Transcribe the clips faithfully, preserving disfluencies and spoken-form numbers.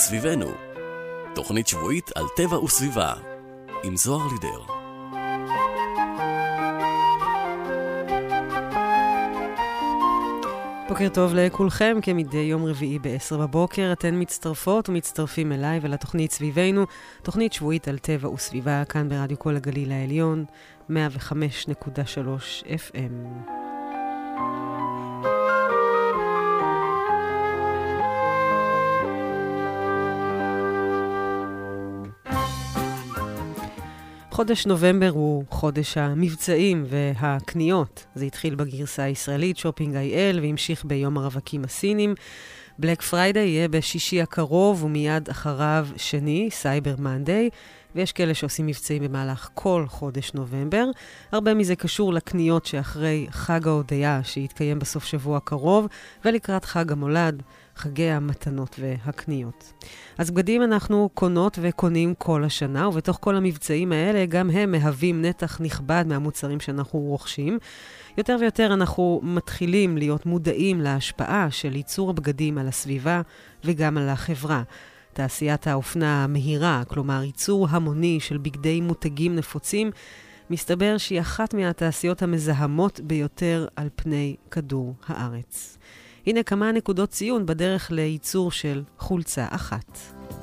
סביבנו, תוכנית שבועית על טבע וסביבה, עם זוהר לידר. בוקר טוב לכולכם, כמדי יום רביעי בעשר בבוקר, אתן מצטרפות ומצטרפים אליי ולתוכנית סביבנו, תוכנית שבועית על טבע וסביבה, כאן ברדיו כל הגליל העליון, מאה וחמש נקודה שלוש אף אם. חודש נובמבר הוא חודש המבצעים והקניות. זה התחיל בגרסה הישראלית, שופינג איי אל, והמשיך ביום הרווקים הסינים. בלק פריידיי יהיה בשישי הקרוב, ומיד אחריו שני, סייבר מנדיי, ויש כאלה שעושים מבצעים במהלך כל חודש נובמבר. הרבה מזה קשור לקניות שאחרי חג ההודיה, שיתקיים בסוף שבוע הקרוב, ולקראת חג המולד, חגי המתנות והקניות. אז בגדים אנחנו קונות וקונים כל השנה, ובתוך כל המבצעים האלה גם הם מהווים נתח נכבד מהמוצרים שאנחנו רוכשים. יותר ויותר אנחנו מתחילים להיות מודעים להשפעה של ייצור הבגדים על הסביבה וגם על החברה. תעשיית האופנה המהירה, כלומר ייצור המוני של בגדי מותגים נפוצים, מסתבר שהיא אחת מהתעשיות המזהמות ביותר על פני כדור הארץ. הנה כמה נקודות ציון בדרך לייצור של חולצה אחת.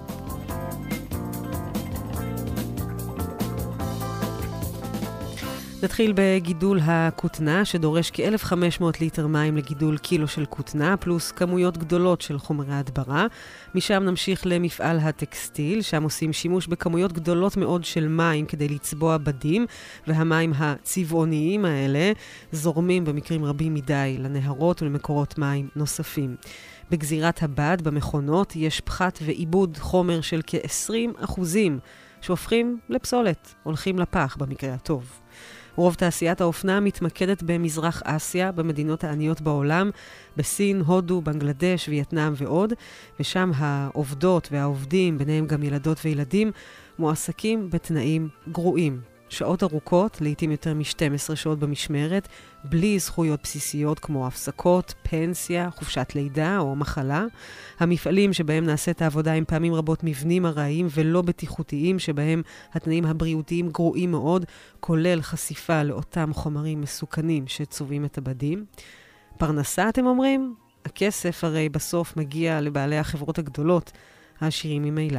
נתחיל בגידול הכותנה, שדורש כ-אלף וחמש מאות ליטר מים לגידול קילו של כותנה, פלוס כמויות גדולות של חומרי הדברה. משם נמשיך למפעל הטקסטיל, שם עושים שימוש בכמויות גדולות מאוד של מים כדי לצבוע בדים, והמים הצבעוניים האלה זורמים במקרים רבים מדי לנהרות ולמקורות מים נוספים. בגזירת הבד במכונות יש פחת ועיבוד חומר של כ-עשרים אחוזים שהופכים לפסולת, הולכים לפח במקרה הטוב. רוב תעשיית האופנה מתמקדת במזרח אסיה, במדינות העניות בעולם, בסין, הודו, בנגלדש, וייטנאם ועוד, ושם העובדות והעובדים, ביניהם גם ילדות וילדים, מועסקים בתנאים גרועים. שעות ארוכות, לעתים יותר מ-שתים עשרה שעות במשמרת, בלי זכויות בסיסיות כמו הפסקות, פנסיה, חופשת לידה או מחלה. המפעלים שבהם נעשית העבודה הם פעמים רבות מבנים הרעיים ולא בטיחותיים, שבהם התנאים הבריאותיים גרועים מאוד, כולל חשיפה לאותם חומרים מסוכנים שצובעים את הבדים. פרנסה, אתם אומרים? הכסף הרי בסוף מגיע לבעלי החברות הגדולות, העשירים ממילא.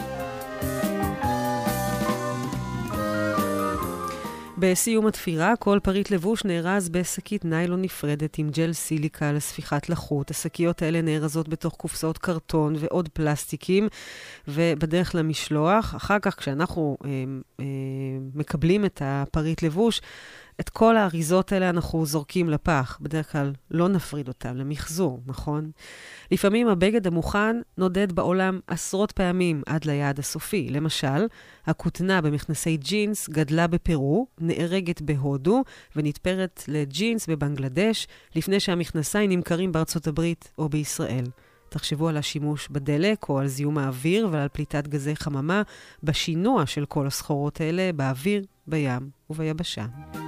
בסיום התפירה, כל פריט לבוש נארז בשקית ניילון נפרדת עם ג'ל סיליקה לספיחת לחות. השקיות האלה נארזות בתוך קופסאות קרטון ועוד פלסטיקים, ובדרך למשלוח. אחר כך, כשאנחנו אה, אה, מקבלים את הפריט לבוש, את כל האריזות האלה אנחנו זורקים לפח. בדרך כלל לא נפריד אותם למחזור, נכון? לפעמים הבגד המוכן נודד בעולם עשרות פעמים עד ליעד הסופי. למשל, הכותנה במכנסי ג'ינס גדלה בפרו, נארגת בהודו ונתפרת לג'ינס בבנגלדש, לפני שהמכנסיים נמכרים בארצות הברית או בישראל. תחשבו על השימוש בדלק או על זיהום האוויר ועל פליטת גזי חממה בשינוע של כל הסחורות האלה באוויר, בים וביבשה.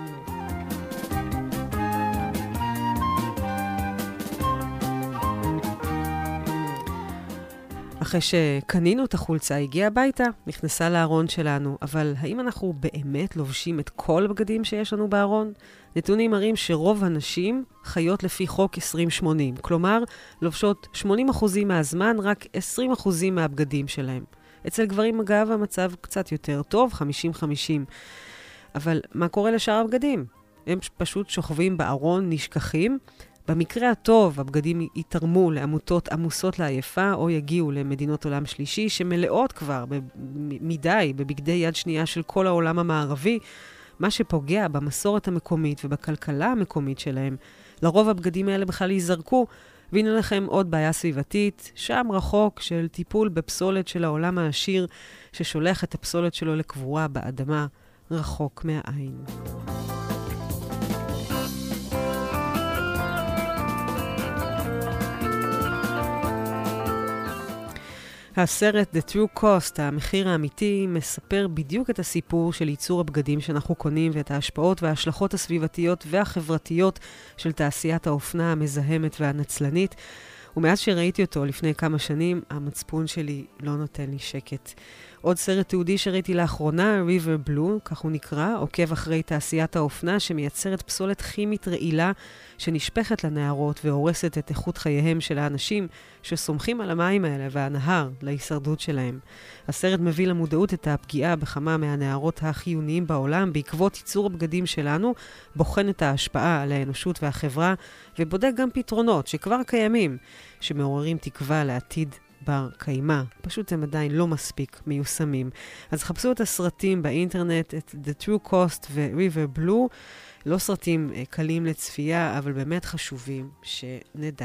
אחרי שקנינו את החולצה, הגיעה הביתה, נכנסה לארון שלנו, אבל האם אנחנו באמת לובשים את כל הבגדים שיש לנו בארון? נתונים מראים שרוב הנשים חיות לפי חוק עשרים שמונים, כלומר, לובשות שמונים אחוז מהזמן, רק עשרים אחוז מהבגדים שלהם. אצל גברים אגב המצב קצת יותר טוב, חמישים חמישים. אבל מה קורה לשאר הבגדים? הם פשוט שוכבים בארון, נשכחים. במקרה הטוב, הבגדים יתרמו לעמותות עמוסות לעייפה, או יגיעו למדינות עולם שלישי, שמלאות כבר מדי בבגדי יד שנייה של כל העולם המערבי, מה שפוגע במסורת המקומית ובכלכלה המקומית שלהם. לרוב הבגדים האלה בכלל ייזרקו, והנה לכם עוד בעיה סביבתית, שם רחוק של טיפול בפסולת של העולם העשיר, ששולח את הפסולת שלו לקבורה באדמה רחוק מהעין. הסרט The True Cost, המחיר האמיתי, מספר בדיוק את הסיפור של ייצור הבגדים שאנחנו קונים ואת ההשפעות וההשלכות הסביבתיות והחברתיות של תעשיית האופנה המזהמת והנצלנית. ומאז שראיתי אותו לפני כמה שנים, המצפון שלי לא נותן לי שקט. עוד סרט תיעודי שראיתי לאחרונה, River Blue, כך הוא נקרא, עוקב אחרי תעשיית האופנה שמייצרת פסולת כימית רעילה שנשפכת לנהרות והורסת את איכות חייהם של האנשים שסומכים על המים האלה והנהר להישרדות שלהם. הסרט מביא למודעות את הפגיעה בכמה מהנהרות החיוניים בעולם בעקבות ייצור הבגדים שלנו, בוחן את ההשפעה על האנושות והחברה ובודק גם פתרונות שכבר קיימים, שמעוררים תקווה לעתיד בר קיימה. פשוט הם עדיין לא מספיק מיושמים. אז חפשו את הסרטים באינטרנט, את The True Cost ו-River Blue. לא סרטים קלים לצפייה, אבל באמת חשובים שנדע.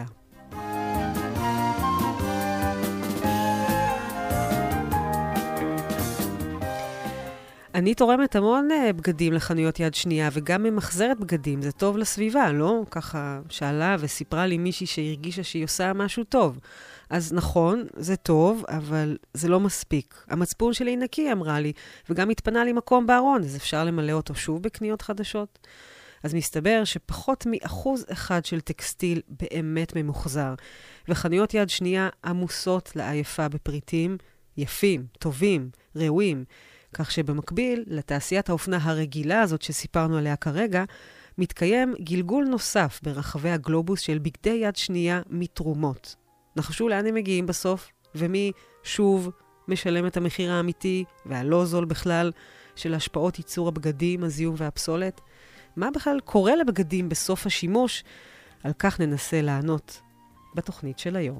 אני תורמת המון בגדים לחנויות יד שנייה, וגם ממחזרת בגדים. זה טוב לסביבה, לא? ככה שאלה וסיפרה לי מישהי שהרגישה שהיא עושה משהו טוב. אז נכון, זה טוב, אבל זה לא מספיק. המצפון שלי נקי, אמרה לי, וגם התפנה לי מקום בארון, אז אפשר למלא אותו שוב בקניות חדשות. אז מסתבר שפחות מאחוז אחד של טקסטיל באמת ממוחזר, וחנויות יד שנייה עמוסות לעייפה בפריטים יפים, טובים, ראויים, כך שבמקביל לתעשיית האופנה הרגילה הזאת שסיפרנו עליה כרגע, מתקיים גלגול נוסף ברחבי הגלובוס של בגדי יד שנייה מתרומות. נחשו לאן הם מגיעים בסוף, ומי שוב משלם את המחיר האמיתי והלא זול בכלל של השפעות ייצור הבגדים, הזיהום והפסולת? מה בכלל קורה לבגדים בסוף השימוש? על כך ננסה לענות בתוכנית של היום.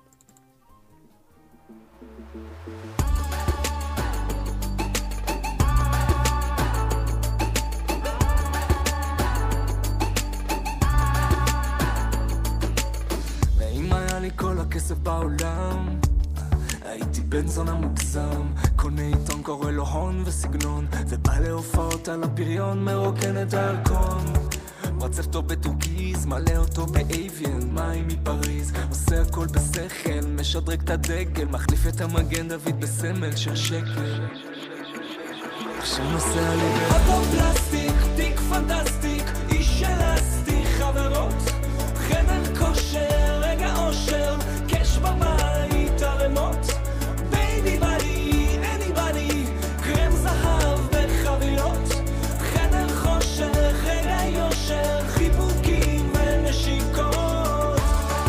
כל הכסף בעולם הייתי בן זונה מוגזם, קונה עיתון, קורא לו הון וסגנון, ובא להופעות על הפריון, מרוקן את הארקון, רצף טוב בטורקיז, מלא אותו באייביאן, מים מפריז, עושה הכל בשכל, משדרג את הדגל, מחליף את המגן דוד בסמל של שקל. עכשיו נוסע לי באוטו פלסטיק, תיק פנטסטיק, איש אלסטיק, חברות, חדר כושר, רגע אושר, קש בבית, הרמות, בייבי בדי, אני בדי, קרם זהב בחבילות, חדר חושר, רגע יושר, חיבוקים ונשיקות.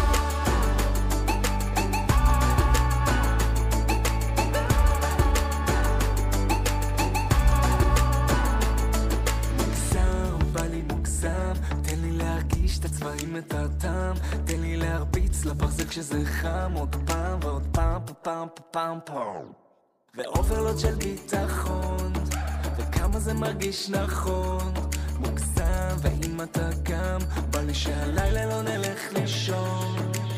מוגזם, בא לי מוגזם, תן לי להרגיש את הצבעים את הטעם, תן לי להרביץ לברזל כשזה חם, עוד פעם ועוד פעם, פעם, פעם, פעם, ואוברלוד של ביטחון, וכמה זה מרגיש נכון, מוגזם, ואם אתה גם, בא לי שהלילה לא נלך לישון,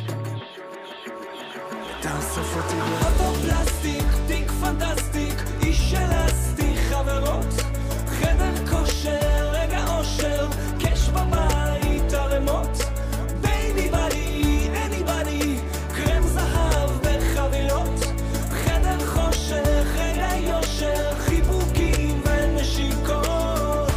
תאסוף אותי באוטו פלסטיק, תיק פנטסטיק, איש אלסטיק, חברות, חדר כושר, רגע אושר, קש בבית, הרמות, בייבי בדי, אני בדי, קרם זהב בחבילות, חדר חושר, רגע יושר, חיבוקים ונשיקות.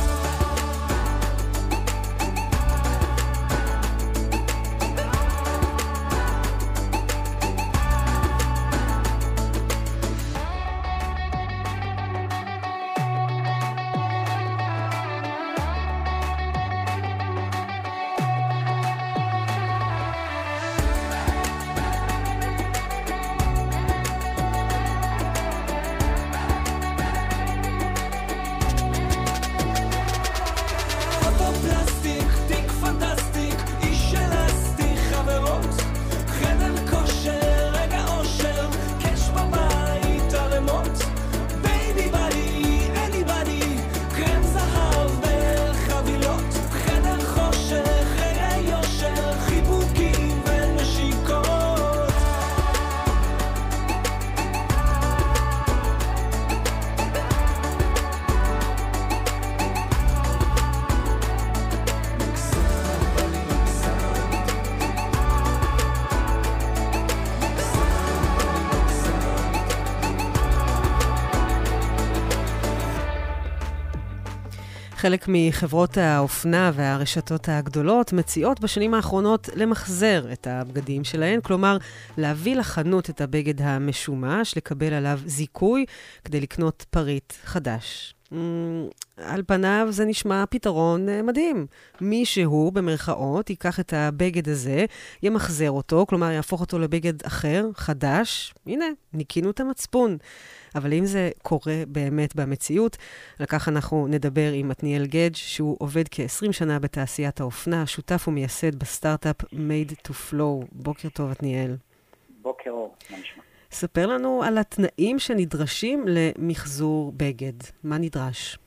חלק מחברות האופנה והרשתות הגדולות מציעות בשנים האחרונות למחזר את הבגדים שלהן, כלומר להביא לחנות את הבגד המשומש, לקבל עליו זיכוי כדי לקנות פריט חדש. על פניו זה נשמע פתרון מדהים. מישהו במרכאות ייקח את הבגד הזה, ימחזר אותו, כלומר יהפוך אותו לבגד אחר, חדש. הנה, ניקינו את המצפון. אבל אם זה קורה באמת במציאות, לכך אנחנו נדבר עם מתניאל גדג' שהוא עובד כ-עשרים שנה בתעשיית האופנה, שותף ומייסד בסטארט-אפ Made to Flow. בוקר טוב, מתניאל. בוקר אור, מה נשמע? ספר לנו על התנאים שנדרשים למחזור בגד. מה נדרש?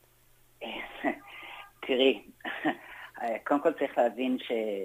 תראי, קודם כל צריך להבין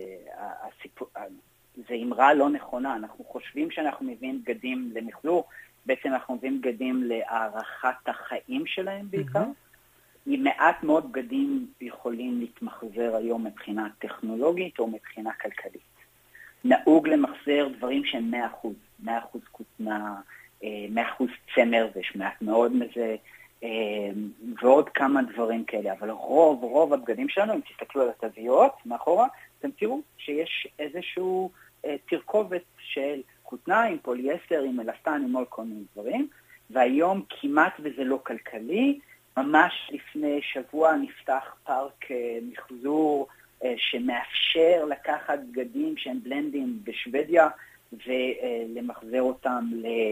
שזה אמרה לא נכונה. אנחנו חושבים שאנחנו מביאים בגדים למחזור, בעצם אנחנו מביאים בגדים להערכת החיים שלהם בעיקר. Mm-hmm. מעט מאוד בגדים יכולים להתמחזר היום מבחינה טכנולוגית או מבחינה כלכלית. נהוג למחזר דברים שהם מאה אחוז, מאה אחוז כותנה, מאה אחוז צמר, ויש מעט מאוד מזה, ועוד כמה דברים כאלה. אבל רוב, רוב הבגדים שלנו, אם תסתכלו על התוויות מאחורה, אתם תראו שיש איזשהו תרכובת של כותנה עם פוליאסטר, עם אלסטן, עם עוד כל מיני דברים, והיום כמעט וזה לא כלכלי. ממש לפני שבוע נפתח פארק מחזור שמאפשר לקחת בגדים שהם בלנדים בשוודיה ולמחזר אותם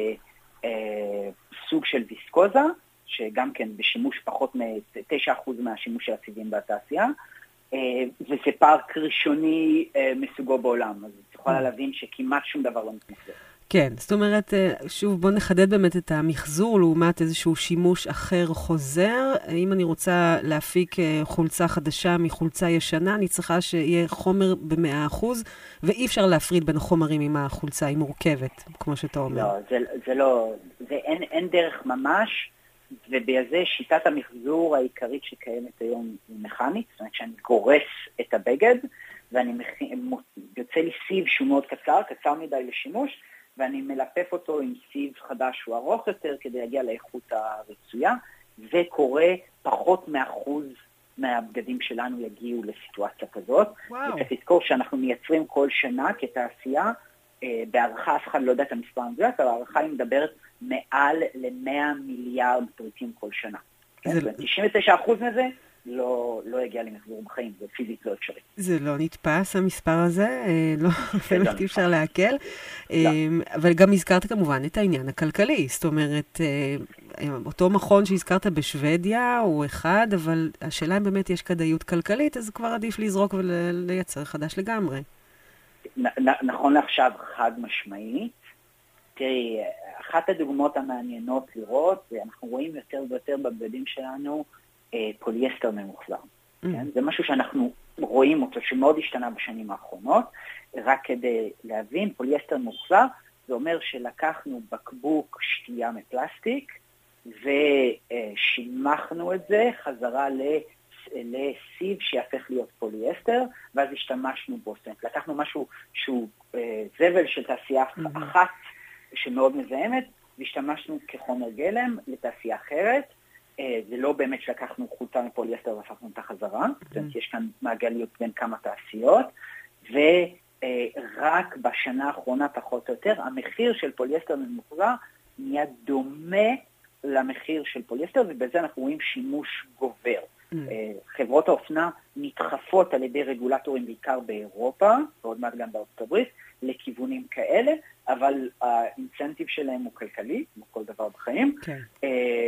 לסוג של ויסקוזה, שגם כן בשימוש פחות מ-תשעה אחוז מהשימוש של הסיבים בתעשייה, וזה פארק ראשוני מסוגו בעולם, אז את יכולה להבין שכמעט שום דבר לא מתמחזר. כן, זאת אומרת, שוב, בוא נחדד באמת את המחזור לעומת איזשהו שימוש אחר חוזר. אם אני רוצה להפיק חולצה חדשה מחולצה ישנה, אני צריכה שיהיה חומר ב-מאה אחוז, ואי אפשר להפריד בין החומרים עם החולצה, היא מורכבת, כמו שאתה אומר. לא, זה, זה לא, זה אין, אין דרך ממש, ובזה שיטת המחזור העיקרית שקיימת היום היא מכנית, זאת אומרת שאני גורס את הבגד, ואני מח... יוצא לי סיב שהוא מאוד קצר, קצר מדי לשימוש, ואני מלפף אותו עם סיב חדש שהוא ארוך יותר כדי להגיע לאיכות הרצויה, וקורה פחות מאחוז מהבגדים שלנו יגיעו לסיטואציה כזאת. וצריך לזכור שאנחנו מייצרים כל שנה כתעשייה, אה, בערכה אף אחד לא יודע את המספר המדויק, אבל הערכה היא מדברת מעל ל-מאה מיליארד פריטים כל שנה. זה... כן? תשעים ותשעה אחוז מזה לא, לא הגיע למחזור בחיים, זה פיזית לא אפשרי. זה לא נתפס, המספר הזה, לא, באמת אי אפשר להקל. לא. אבל גם הזכרת כמובן את העניין הכלכלי, זאת אומרת, אותו מכון שהזכרת בשוודיה הוא אחד, אבל השאלה אם באמת יש כדאיות כלכלית, אז כבר עדיף לזרוק ולייצר חדש לגמרי. נ- נכון לעכשיו חד משמעית. תראי, אחת הדוגמאות המעניינות לראות, אנחנו רואים יותר ויותר בבגדים שלנו, פוליאסטר ממוחזר. Mm. כן? זה משהו שאנחנו רואים אותו, שמאוד השתנה בשנים האחרונות. רק כדי להבין, פוליאסטר ממוחזר, זה אומר שלקחנו בקבוק שתייה מפלסטיק, ושימחנו את זה חזרה לסיב שיהפך להיות פוליאסטר, ואז השתמשנו בו. לקחנו משהו שהוא זבל של תעשייה mm-hmm. אחת, שמאוד מזהמת, והשתמשנו כחומר גלם לתעשייה אחרת. זה לא באמת שלקחנו חולצה מפוליאסטר והפכנו אותה חזרה, זאת אומרת, יש כאן מעגליות בין כמה תעשיות, ורק בשנה האחרונה פחות או יותר, המחיר של פוליאסטר ממוחזר נהיה דומה למחיר של פוליאסטר, ובזה אנחנו רואים שימוש גובר. חברות האופנה נדחפות על ידי רגולטורים בעיקר באירופה, ועוד מעט גם בארצות הברית, לכיוונים כאלה, אבל האינסנטיב שלהם הוא כלכלי, כמו כל דבר בחיים, okay.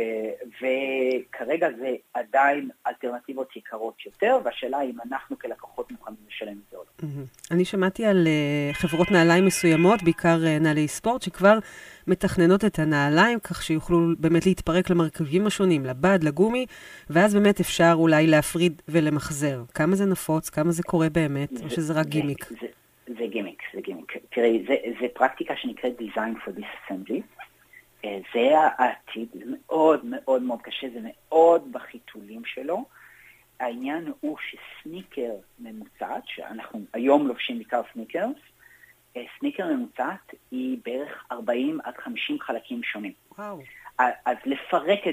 וכרגע זה עדיין אלטרנטיבות יקרות יותר, והשאלה היא אם אנחנו כלקוחות מוכנים לשלם את זה או לא. אני שמעתי על חברות נעליים מסוימות, בעיקר נעלי ספורט, שכבר מתכננות את הנעליים, כך שיוכלו באמת להתפרק למרכיבים השונים, לבד, לגומי, ואז באמת אפשר אולי להפריד ולמחזר. כמה זה נפוץ, כמה זה קורה באמת, או שזה רק גימיק? זה, זה גימיק, זה גימיק. תראי, זה, זה פרקטיקה שנקראת Design for Disassembly. זה העתיד, זה מאוד מאוד מאוד קשה, זה מאוד בחיתולים שלו. העניין הוא שסניקר ממוצעת, שאנחנו היום לובשים בעיקר סניקרס, סניקר ממוצעת היא בערך ארבעים עד חמישים חלקים שונים. וואו. אז לפרק את זה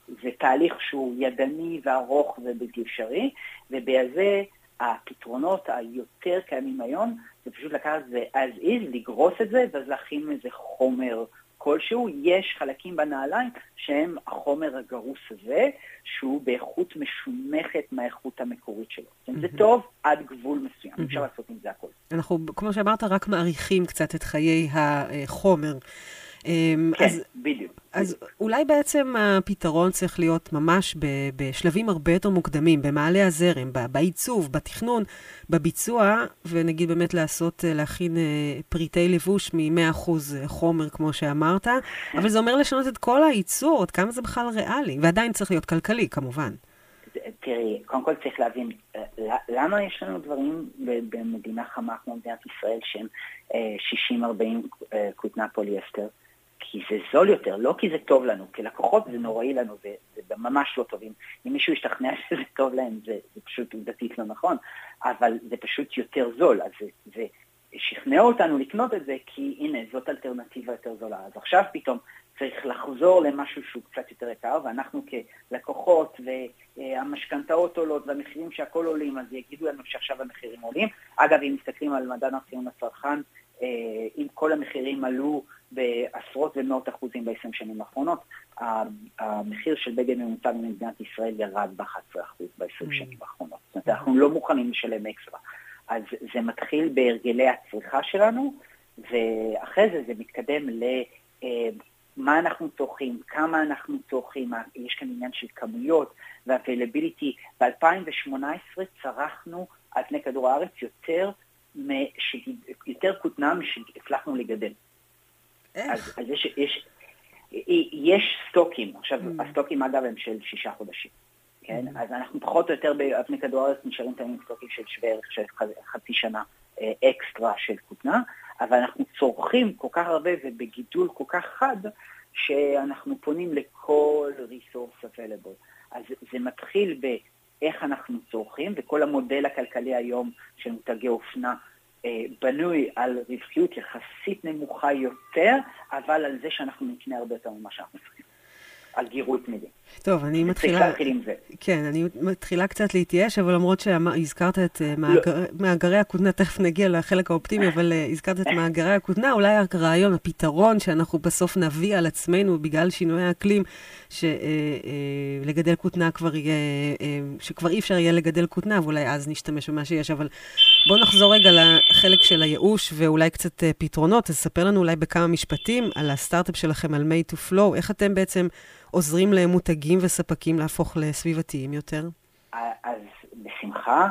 זה תהליך שהוא ידני וארוך ובלתי אפשרי, ובזה הפתרונות היותר קיימים היום, זה פשוט לקחת זה as is, לגרוס את זה, ואז להכין איזה חומר כלשהו. יש חלקים בנעליים שהם החומר הגרוס הזה, שהוא באיכות משומכת מהאיכות המקורית שלו. Mm-hmm. זה טוב עד גבול מסוים, mm-hmm. אפשר לעשות עם זה הכל. אנחנו, כמו שאמרת, רק מעריכים קצת את חיי החומר. כן, אז, בדיוק. אז בדיוק. אולי בעצם הפתרון צריך להיות ממש ב- בשלבים הרבה יותר מוקדמים, במעלה הזרם, ב- בעיצוב, בתכנון, בביצוע, ונגיד באמת לעשות, להכין פריטי לבוש מ-מאה אחוז חומר, כמו שאמרת, אבל זה אומר לשנות את כל הייצור, עד כמה זה בכלל ריאלי, ועדיין צריך להיות כלכלי, כמובן. תראי, קודם כל צריך להבין, למה יש לנו דברים במדינה חמה כמו מדינת ישראל שהם שישים ארבעים כותנה פוליאסטר? כי זה זול יותר, לא כי זה טוב לנו, כלקוחות זה נוראי לנו, זה, זה ממש לא טוב. אם, אם מישהו ישתכנע שזה טוב להם, זה, זה פשוט עובדתית לא נכון, אבל זה פשוט יותר זול, אז זה, זה שכנע אותנו לקנות את זה, כי הנה, זאת אלטרנטיבה יותר זולה. אז עכשיו פתאום צריך לחזור למשהו שהוא קצת יותר יקר, ואנחנו כלקוחות והמשכנתאות עולות והמחירים שהכל עולים, אז יגידו לנו שעכשיו המחירים עולים. אגב, אם מסתכלים על מדד המחירים לצרכן, אם כל המחירים עלו בעשרות ומאות אחוזים ב-עשרים שנים האחרונות, המחיר של בגד ממוצע במדינת ישראל ירד ב-אחד עשר אחוז ב-עשרים שנים האחרונות. זאת אומרת, אנחנו לא מוכנים לשלם אקסטרה. אז זה מתחיל בהרגלי הצריכה שלנו, ואחרי זה זה מתקדם למה אנחנו צורכים, כמה אנחנו צורכים, יש כאן עניין של כמויות והאביילביליטי. ב-אלפיים שמונה עשרה צרכנו על פני כדור הארץ יותר יותר כותנה משהצלחנו לגדל. אז, אז יש, יש, יש סטוקים, עכשיו הסטוקים אגב הם של שישה חודשים, כן? אז אנחנו פחות או יותר באפני כדור הארץ נשארים תמיד סטוקים של שווה ערך של חצי שנה אקסטרה של כותנה, אבל אנחנו צורכים כל כך הרבה ובגידול כל כך חד, שאנחנו פונים לכל resource available. אז זה מתחיל ב... איך אנחנו צורכים, וכל המודל הכלכלי היום של מותגי אופנה אה, בנוי על רווחיות יחסית נמוכה יותר, אבל על זה שאנחנו נקנה הרבה יותר ממה שאנחנו צריכים. על גירוי תמידי. טוב, אני מתחילה... צריך להתחיל עם זה. כן, אני מתחילה קצת להתייאש, אבל למרות שהזכרת את מאגר... מאגרי הכותנה, תכף נגיע לחלק האופטימי, אבל הזכרת את מאגרי הכותנה, אולי הרעיון, הפתרון שאנחנו בסוף נביא על עצמנו בגלל שינוי האקלים, שלגדל כותנה כבר יהיה, שכבר אי אפשר יהיה לגדל כותנה, ואולי אז נשתמש במה שיש, אבל בואו נחזור רגע לחלק של הייאוש, ואולי קצת פתרונות, אז ספר לנו אולי בכמה משפטים על הסטארט-אפ שלכם, על Made to Flow, איך אתם בעצם עוזרים למותגים וספקים להפוך לסביבתיים יותר? אז בשמחה,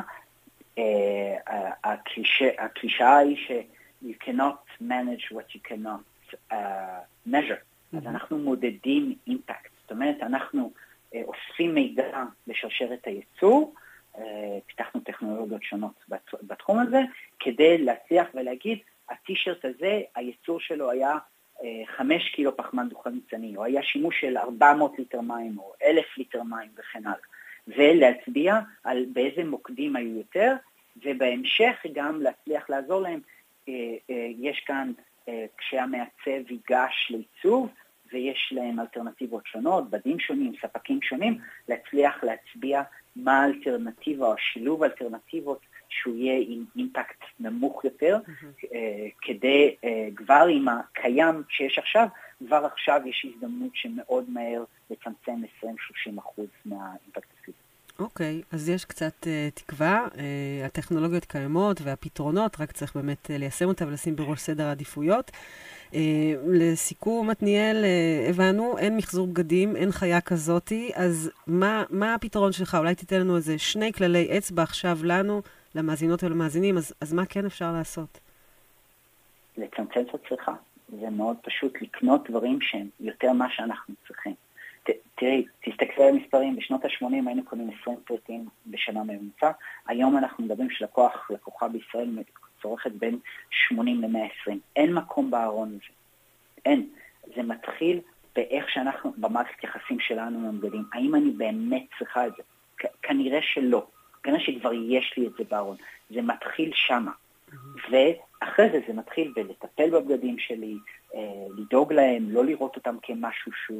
הקלישאה היא ש you cannot manage what you cannot uh, measure. אז אנחנו מודדים אימפקט. זאת אומרת, אנחנו אוספים מידע בשרשרת הייצור, פיתחנו טכנולוגיות שונות בתחום הזה, כדי להצליח ולהגיד, הטי-שירט הזה, הייצור שלו היה חמש קילו פחמן דו-חמצני, או היה שימוש של ארבע מאות ליטר מים, או אלף ליטר מים וכן הלאה. ולהצביע על באיזה מוקדים היו יותר, ובהמשך גם להצליח לעזור להם. יש כאן, כשהמעצב ייגש לעיצוב, ויש להם אלטרנטיבות שונות, בדים שונים, ספקים שונים, להצליח להצביע מה האלטרנטיבה, או שילוב אלטרנטיבות, שהוא יהיה עם אימפקט נמוך יותר, mm-hmm. כדי כבר עם הקיים שיש עכשיו, כבר עכשיו יש הזדמנות שמאוד מהר לצמצם עשרים שלושים אחוז מהאימפקט הסביבתי. אוקיי, okay, אז יש קצת uh, תקווה, uh, הטכנולוגיות קיימות והפתרונות, רק צריך באמת uh, ליישם אותה ולשים בראש סדר העדיפויות. Uh, לסיכום, מתניאל, uh, הבנו, אין מחזור בגדים, אין חיה כזאתי, אז מה, מה הפתרון שלך? אולי תיתן לנו איזה שני כללי אצבע עכשיו לנו, למאזינות ולמאזינים, אז, אז מה כן אפשר לעשות? לצמצם את הצריכה. זה מאוד פשוט לקנות דברים שהם יותר מה שאנחנו צריכים. ת, תראי, תסתכלי על מספרים, בשנות ה-שמונים היינו קונים עשרים פריטים בשנה ממוצע, היום אנחנו מדברים שלקוח, לקוחה בישראל צורכת בין שמונים ל-מאה ועשרים. אין מקום בארון הזה. אין. זה מתחיל באיך שאנחנו, במערכת יחסים שלנו עם בגדים. האם אני באמת צריכה את זה? כ- כנראה שלא. כנראה שכבר יש לי את זה בארון. זה מתחיל שמה. ואחרי זה זה מתחיל בלטפל בבגדים שלי, לדאוג להם, לא לראות אותם כמשהו שהוא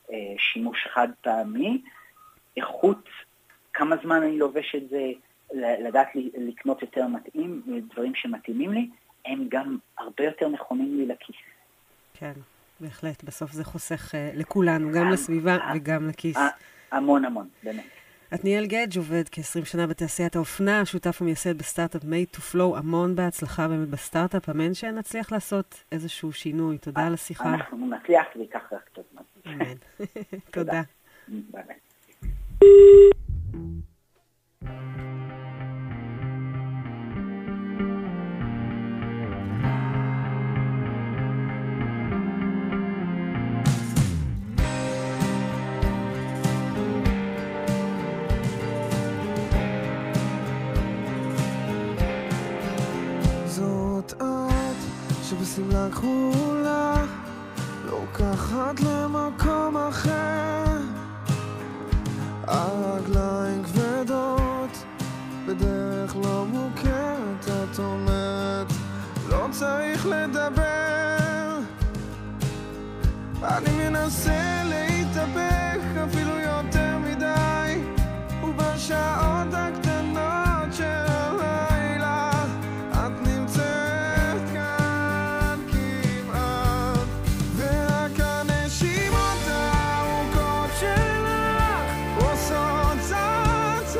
שימוש חד פעמי, איכות, כמה זמן אני לובש את זה, לדעת לקנות יותר מתאים, דברים שמתאימים לי, הם גם הרבה יותר נכונים לי לכיס. כן, בהחלט. בסוף זה חוסך לכולנו, גם לסביבה וגם לכיס. המון המון, באמת. עתניאל גדג' עובד כ-עשרים שנה בתעשיית האופנה, שותף ומייסד בסטארט-אפ Made to Flow, המון בהצלחה באמת בסטארט-אפ, אמן שנצליח לעשות איזשהו שינוי. תודה על השיחה. אנחנו נצליח ויקח רק קצת זמן. אמן. תודה. ביי ביי. בשמלה כחולה, לוקחת למקום אחר, הרגליים כבדות, בדרך לא מוכרת, את אומרת, לא צריך לדבר. אני מנסה להתאפק אפילו יותר מדי, ובשעות הקטנות של הלילה, את נמצאת כאן כמעט, ורק הנשימות הארוכות שלך עושות צעצוע,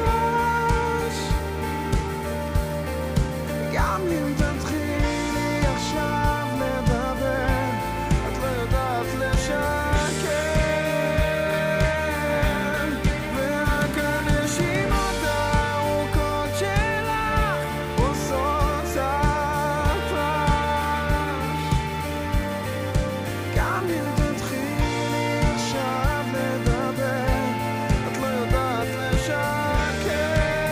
גם אם תתחילי עכשיו לדבר, את לא יודעת לשקר, ורק הנשימות הארוכות שלך עושות צעצוע, גם אם תתחילי עכשיו לדבר, את לא יודעת לשקר.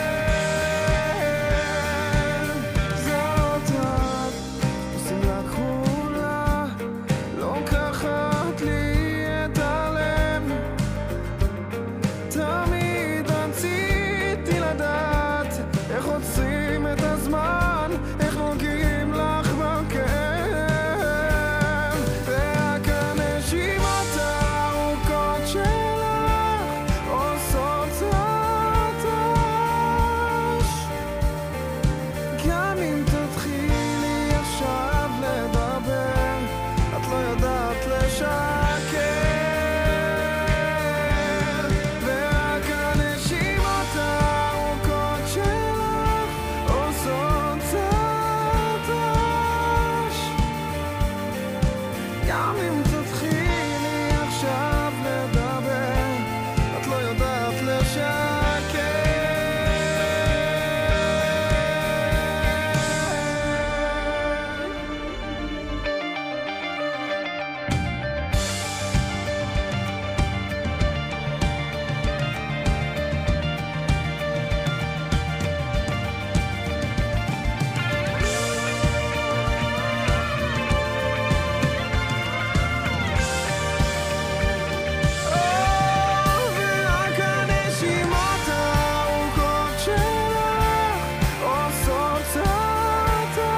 זאת את, בשמלה כחולה, לוקחת לי את הלב, תמיד רציתי לדעת איך עוצרים את הזמן, איך נוגעים לך בכאב, ורק הנשימות הארוכות שלך עושות צעצוע, גם אם תתחילי עכשיו לדבר, את לא יודעת לשקר, ורק הנשימות הארוכות שלך עושות צעצוע, גם אם תתחילי עכשיו לדבר, את לא יודעת לשקר. ורק הנשימות הארוכות שלך עושות צעצוע,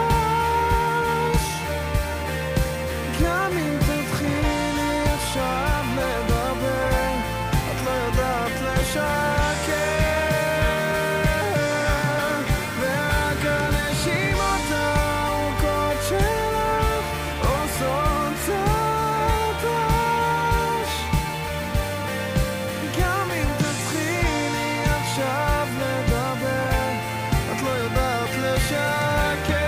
גם אם תתחילי עכשיו לדבר, את לא יודעת לשקר, ורק הנשימות הארוכות שלך עושות צעצוע, גם אם תתחילי עכשיו לדבר, את לא יודעת לשקר.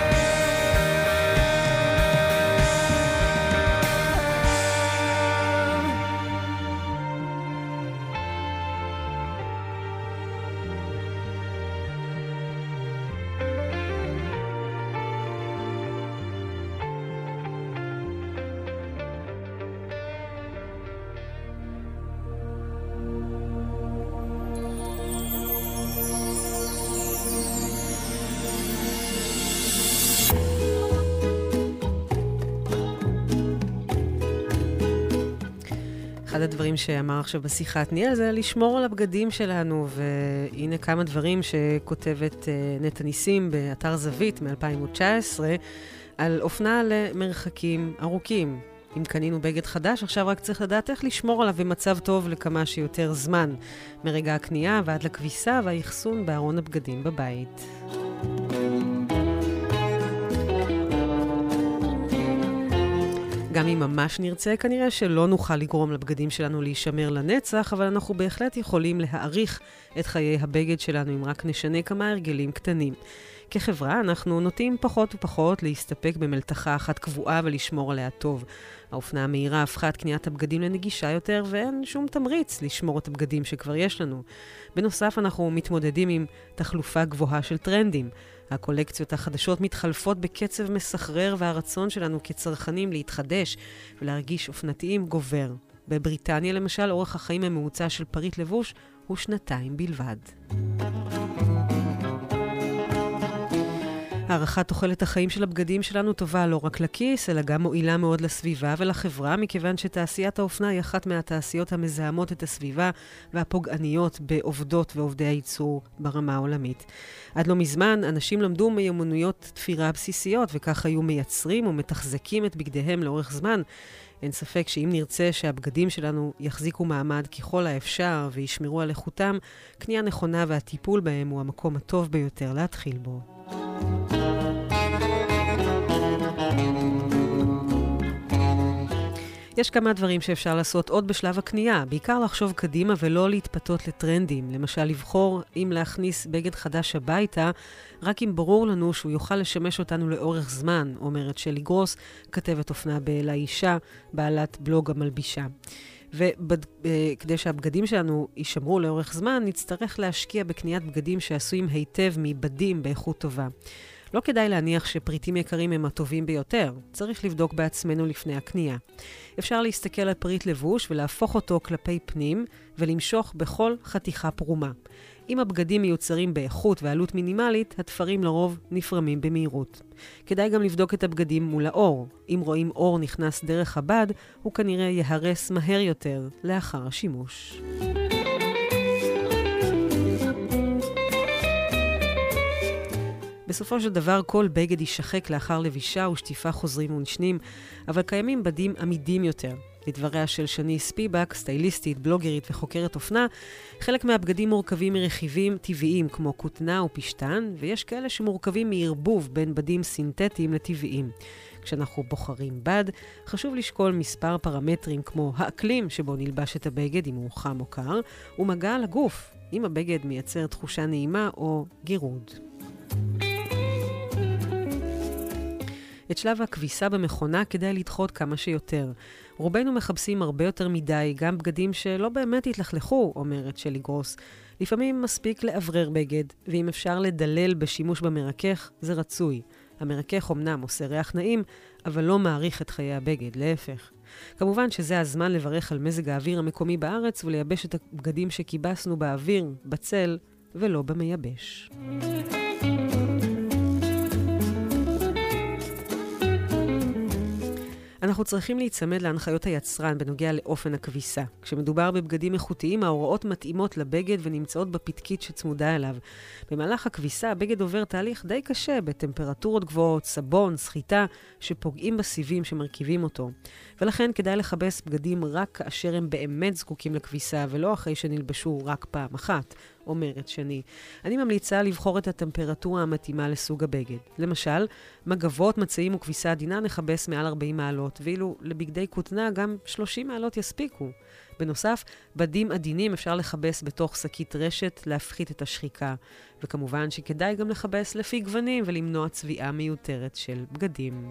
אחד הדברים שאמר עכשיו בשיחה עתניאל זה לשמור על הבגדים שלנו, והנה כמה דברים שכותבת נטע ניסים באתר זווית מ-אלפיים תשע עשרה על אופנה למרחקים ארוכים. אם קנינו בגד חדש, עכשיו רק צריך לדעת איך לשמור עליו במצב טוב לכמה שיותר זמן, מרגע הקנייה ועד לכביסה והאחסון בארון הבגדים בבית. גם אם ממש נרצה, כנראה שלא נוכל לגרום לבגדים שלנו להישמר לנצח, אבל אנחנו בהחלט יכולים להאריך את חיי הבגד שלנו אם רק נשנה כמה הרגלים קטנים. כחברה אנחנו נוטים פחות ופחות להסתפק במלתחה אחת קבועה ולשמור עליה טוב. האופנה המהירה הפכה את קניית הבגדים לנגישה יותר ואין שום תמריץ לשמור את הבגדים שכבר יש לנו. בנוסף אנחנו מתמודדים עם תחלופה גבוהה של טרנדים. הקולקציות החדשות מתחלפות בקצב מסחרר והרצון שלנו כצרכנים להתחדש ולהרגיש אופנתיים גובר. בבריטניה למשל אורך החיים הממוצע של פריט לבוש הוא שנתיים בלבד. הערכת תוחלת החיים של הבגדים שלנו טובה לא רק לכיס, אלא גם מועילה מאוד לסביבה ולחברה, מכיוון שתעשיית האופנה היא אחת מהתעשיות המזהמות את הסביבה והפוגעניות בעובדות ועובדי הייצור ברמה העולמית. עד לא מזמן, אנשים למדו מיומנויות תפירה בסיסיות, וכך היו מייצרים ומתחזקים את בגדיהם לאורך זמן. אין ספק שאם נרצה שהבגדים שלנו יחזיקו מעמד ככל האפשר וישמרו על איכותם, קנייה נכונה והטיפול בהם הוא המקום הטוב ביותר להתחיל בו. יש כמה דברים שאפשר לעשות עוד בשלב הקנייה, בעיקר לחשוב קדימה ולא להתפתות לטרנדים. למשל, לבחור אם להכניס בגד חדש הביתה, רק אם ברור לנו שהוא יוכל לשמש אותנו לאורך זמן, אומרת שלי גרוס, כתבת אופנה באלה אישה, בעלת בלוג המלבישה. וכדי שהבגדים שלנו יישמרו לאורך זמן, נצטרך להשקיע בקניית בגדים שעשויים היטב מבדים באיכות טובה. לא כדאי להניח שפריטים יקרים הם הטובים ביותר. צריך לבדוק בעצמנו לפני הקנייה. אפשר להסתכל על פריט לבוש ולהפוך אותו כלפי פנים ולמשוך בכל חתיכה פרומה. אם הבגדים מיוצרים באיכות ועלות מינימלית, התפרים לרוב נפרמים במהירות. כדאי גם לבדוק את הבגדים מול האור. אם רואים אור נכנס דרך הבד, הוא כנראה יהרס מהר יותר לאחר השימוש. בסופו של דבר כל בגד יישחק לאחר לבישה ושטיפה חוזרים ונשנים, אבל קיימים בדים עמידים יותר. לדבריה של שני ספיבק, סטייליסטית, בלוגרית וחוקרת אופנה, חלק מהבגדים מורכבים מרכיבים טבעיים כמו כותנה ופשטן, ויש כאלה שמורכבים מערבוב בין בדים סינתטיים לטבעיים. כשאנחנו בוחרים בד, חשוב לשקול מספר פרמטרים כמו האקלים שבו נלבש את הבגד אם הוא חם או קר, ומגע לגוף, אם הבגד מייצר תחושה נעימה או גירוד. את שלב הכביסה במכונה כדאי לדחות כמה שיותר. רובנו מחפשים הרבה יותר מדי, גם בגדים שלא באמת התלכלכו, אומרת שלי גרוס. לפעמים מספיק לעברר בגד, ואם אפשר לדלל בשימוש במרכך, זה רצוי. המרכך אומנם עושה ריח נעים, אבל לא מעריך את חיי הבגד, להפך. כמובן שזה הזמן לברך על מזג האוויר המקומי בארץ ולייבש את הבגדים שקיבסנו באוויר, בצל ולא במייבש. אנחנו צריכים להיצמד להנחיות היצרן בנוגע לאופן הכביסה. כשמדובר בבגדים איכותיים, ההוראות מתאימות לבגד ונמצאות בפתקית שצמודה אליו. במהלך הכביסה, הבגד עובר תהליך די קשה בטמפרטורות גבוהות, סבון, סחיטה, שפוגעים בסיבים שמרכיבים אותו. ולכן כדאי לחבס בגדים רק כאשר הם באמת זקוקים לכביסה, ולא אחרי שנלבשו רק פעם אחת. אומרת שני. אני ממליצה לבחור את הטמפרטורה המתאימה לסוג הבגד. למשל, מגבות, מצעים וכביסה עדינה נחבס מעל ארבעים מעלות, ואילו לבגדי כותנה גם שלושים מעלות יספיקו. בנוסף, בדים עדינים אפשר לחבס בתוך שקית רשת להפחית את השחיקה. וכמובן שכדאי גם לחבס לפי גוונים ולמנוע צביעה מיותרת של בגדים.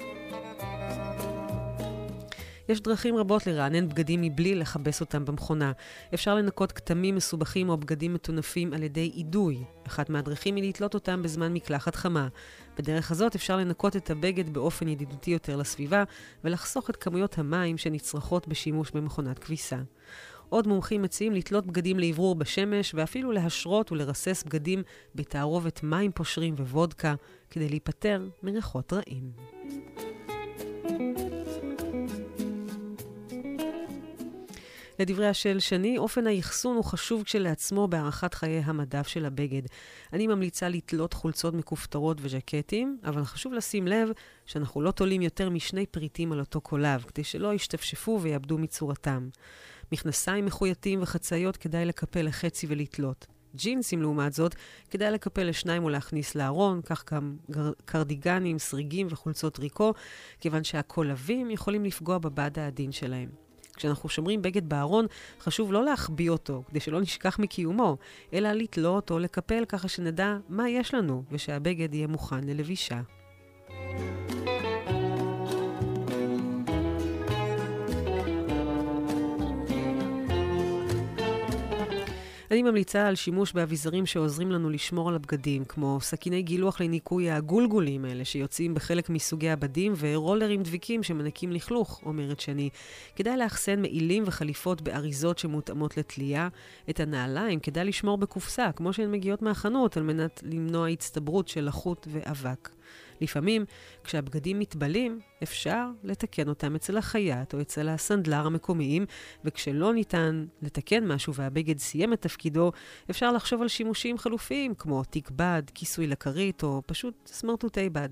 יש דרכים רבות לרענן בגדים מבלי לחבס אותם במכונה. אפשר לנקות כתמים מסובכים או בגדים מטונפים על ידי אידוי. אחת מהדרכים היא לתלות אותם בזמן מקלחת חמה. בדרך הזאת אפשר לנקות את הבגד באופן ידידותי יותר לסביבה ולחסוך את כמויות המים שנצרכות בשימוש במכונת כביסה. עוד מומחים מציעים לתלות בגדים לעברור בשמש ואפילו להשרות ולרסס בגדים בתערובת מים פושרים ווודקה כדי להיפטר מריחות רעים. לדברי השל שני, אופן היחסון הוא חשוב כשלעצמו בהערכת חיי המדף של הבגד. אני ממליצה לתלות חולצות מכופתרות וז'קטים, אבל חשוב לשים לב שאנחנו לא תולים יותר משני פריטים על אותו קולב, כדי שלא ישתפשפו ויאבדו מצורתם. מכנסיים מחויטים וחצאיות כדאי לקפל לחצי ולתלות. ג'ינסים לעומת זאת, כדאי לקפל לשניים ולהכניס לארון, כך גם קרדיגנים, סריגים וחולצות ריקו, כיוון שהקולבים יכולים לפגוע בבד העדין שלהם. כשאנחנו שומרים בגד בארון, חשוב לא להחביא אותו, כדי שלא נשכח מקיומו, אלא לתלות או לקפל ככה שנדע מה יש לנו, ושהבגד יהיה מוכן ללבישה. אני ממליצה על שימוש באביזרים שעוזרים לנו לשמור על הבגדים, כמו סכיני גילוח לניקוי הגולגולים האלה שיוצאים בחלק מסוגי הבדים, ורולרים דביקים שמנקים לכלוך, אומרת שני. כדאי לאחסן מעילים וחליפות באריזות שמותאמות לתלייה. את הנעליים כדאי לשמור בקופסה, כמו שהן מגיעות מהחנות, על מנת למנוע הצטברות של לחות ואבק. לפעמים, כשהבגדים מתבלים, אפשר לתקן אותם אצל החייט או אצל הסנדלר המקומיים, וכשלא ניתן לתקן משהו והבגד סיים את תפקידו, אפשר לחשוב על שימושים חלופיים, כמו תיק בד, כיסוי לקרית, או פשוט סמרטוטי בד.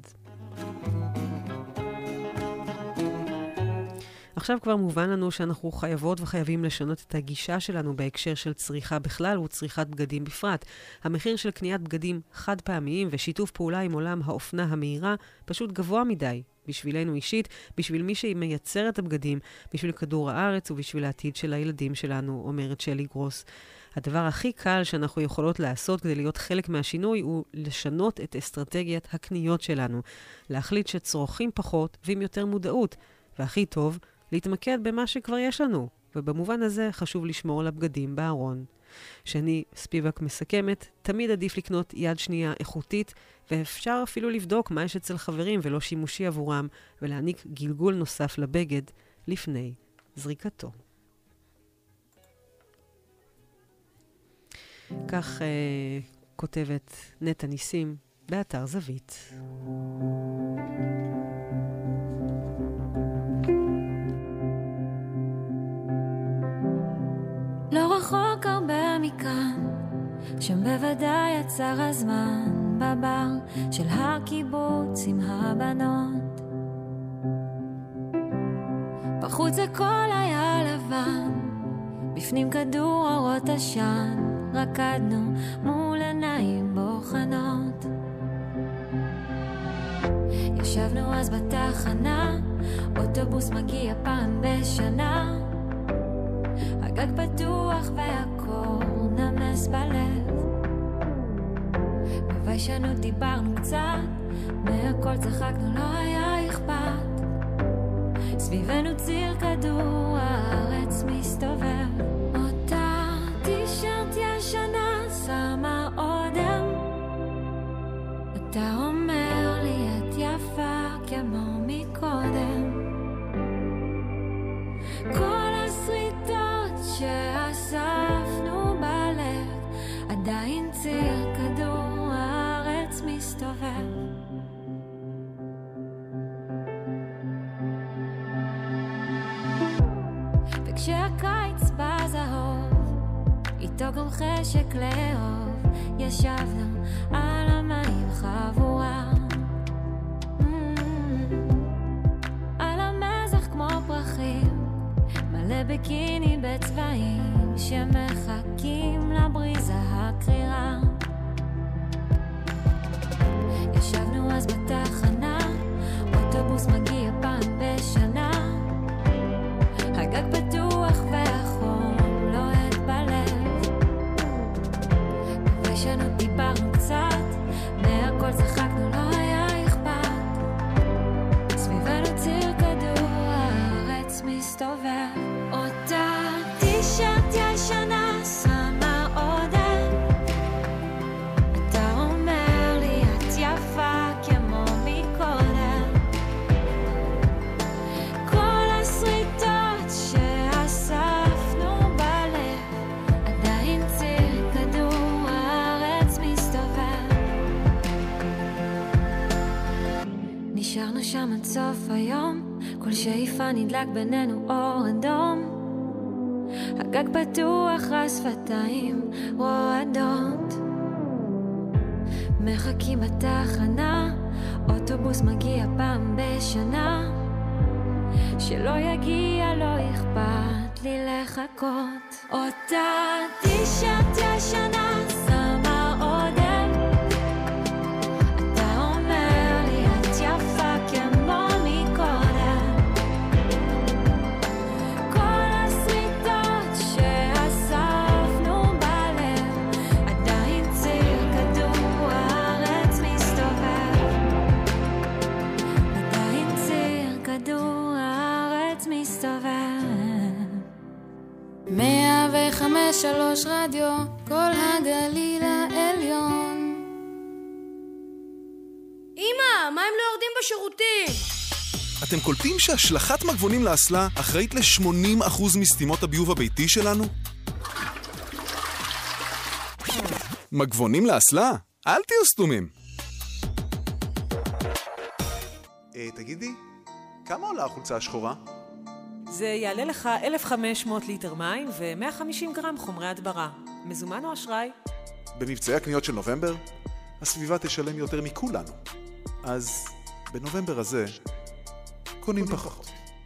עכשיו כבר מובן לנו שאנחנו חייבות וחייבים לשנות את הגישה שלנו בהקשר של צריכה בכלל וצריכת בגדים בפרט. המחיר של קניית בגדים חד פעמיים ושיתוף פעולה עם עולם האופנה המהירה פשוט גבוה מדי. בשבילנו אישית, בשביל מי שמייצר את הבגדים, בשביל כדור הארץ ובשביל העתיד של הילדים שלנו, אומרת שלי גרוס. הדבר הכי קל שאנחנו יכולות לעשות כדי להיות חלק מהשינוי הוא לשנות את אסטרטגיית הקניות שלנו. להחליט שצורכים פחות ועם יותר מודעות. והכי טוב, להתמקד במה שכבר יש לנו, ובמובן הזה חשוב לשמור על הבגדים בארון. שני ספיבק מסכמת, תמיד עדיף לקנות יד שנייה איכותית, ואפשר אפילו לבדוק מה יש אצל חברים ולא שימושי עבורם, ולהעניק גלגול נוסף לבגד לפני זריקתו. כך אה, כותבת נטע ניסים באתר זווית. לא רחוק הרבה מכאן, שם בוודאי יצר הזמן, בבר של הקיבוץ עם הבנות. בחוץ הכל היה לבן, בפנים כדור אורות עשן, רקדנו מול עיניים בוחנות. ישבנו אז בתחנה, אוטובוס מגיע פעם בשנה, הגג פתוח והקור נמס בלב. בביישנות דיברנו קצת, מהכל צחקנו, לא היה אכפת. סביבנו ציר כדור הארץ מסתובב. אותה טישרט ישנה שמה אודם, אתה אומר לי את יפה כמו מקודם. כל הסריטות שאספנו בלב, עדיין ציר כדור הארץ מסתובב. וכשהקיץ בזהוב, איתו גם חשק לאהוב, ישבנו על המים חבורה, על המזח כמו פרחים, מלא בקיני בצבעים שמחכים לבריזה הקרירה. ישבנו אז בתחנה, אוטובוס מגיע פעם בשנה, הגג פתוח והחום לוהט בלב. ובשנות דיברנו קצת, מהכל צחקנו, לא היה אכפת. סביבנו ציר כדור הארץ מסתובב. אותה טישרט ישנה שמה עודן, אתה אומר לי את יפה כמו מקודם. כל הסריטות שאספנו בלב, עדיין ציר כדור הארץ מסתובב. נשארנו שם עד סוף היום, כל שאיפה נדלק בינינו אור אדום, הגג פתוח, השפתיים רועדות. מחכים בתחנה, אוטובוס מגיע פעם בשנה. שלא יגיע, לא אכפת לי לחכות. אותה טישרט ישנה, שמה עודף. אתה אומר לי, את יפה כמו מקודם. כל הסריטות שאספנו בלב, עדיין ציר כדור הארץ מסתובב. עדיין ציר כדור הארץ מסתובב. מאה וחמש שלוש רדיו, כל הגליל העליון. אמא, מה הם לא יורדים בשירותים? אתם קולטים שהשלכת מגבונים לאסלה אחראית ל-שמונים אחוז מסתימות הביוב הביתי שלנו? מגבונים לאסלה? אל תהיו סתומים. אה, תגידי, כמה עולה החולצה השחורה? זה יעלה לך אלף וחמש מאות ליטר מים ו-מאה וחמישים גרם חומרי הדברה. מזומן או אשראי? במבצעי הקניות של נובמבר, הסביבה תשלם יותר מכולנו. אז בנובמבר הזה, קונים פחות.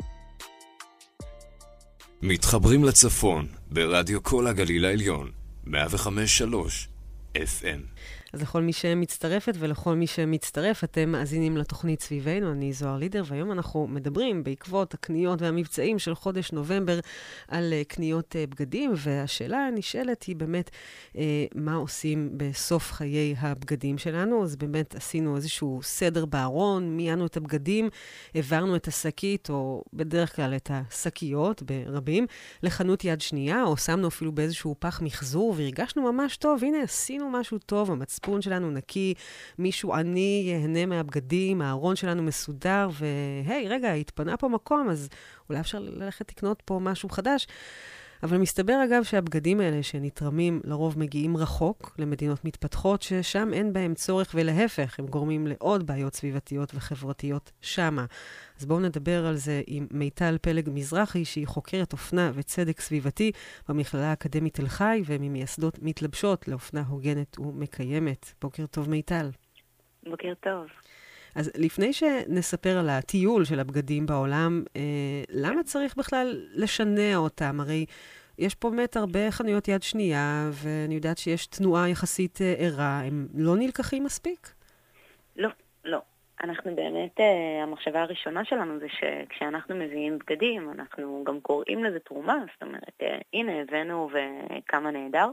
מתחברים לצפון, ברדיו כל הגליל העליון, מאה וחמש שלוש אף אם. אז לכל מי שמצטרפת ולכל מי שמצטרף, אתם מאזינים לתוכנית סביבנו, אני זוהר לידר, והיום אנחנו מדברים בעקבות הקניות והמבצעים של חודש נובמבר על קניות בגדים, והשאלה הנשאלת היא באמת מה עושים בסוף חיי הבגדים שלנו. אז באמת עשינו איזשהו סדר בארון, מיינו את הבגדים, העברנו את השקית, או בדרך כלל את השקיות ברבים, לחנות יד שנייה, או שמנו אפילו באיזשהו פח מחזור, והרגשנו ממש טוב, הנה עשינו משהו טוב, המצפון שלנו נקי, מישהו עני יהנה מהבגדים, הארון שלנו מסודר, והי, רגע, התפנה פה מקום, אז אולי אפשר ללכת לקנות פה משהו חדש. אבל מסתבר אגב שהבגדים האלה שנתרמים לרוב מגיעים רחוק למדינות מתפתחות, ששם אין בהם צורך ולהפך, הם גורמים לעוד בעיות סביבתיות וחברתיות שמה. אז בואו נדבר על זה עם מיטל פלג מזרחי, שהיא חוקרת אופנה וצדק סביבתי במכללה האקדמית תל חי, וממייסדות מתלבשות לאופנה הוגנת ומקיימת. בוקר טוב מיטל. בוקר טוב. אז לפני שנספר על הטיול של הבגדים בעולם, אה, למה צריך בכלל לשנע אותם? הרי יש פה באמת הרבה חנויות יד שנייה, ואני יודעת שיש תנועה יחסית ערה. הם לא נלקחים מספיק? לא, לא. אנחנו באמת, המחשבה הראשונה שלנו זה שכשאנחנו מביאים בגדים, אנחנו גם קוראים לזה תרומה, זאת אומרת, הנה הבאנו וכמה נהדר.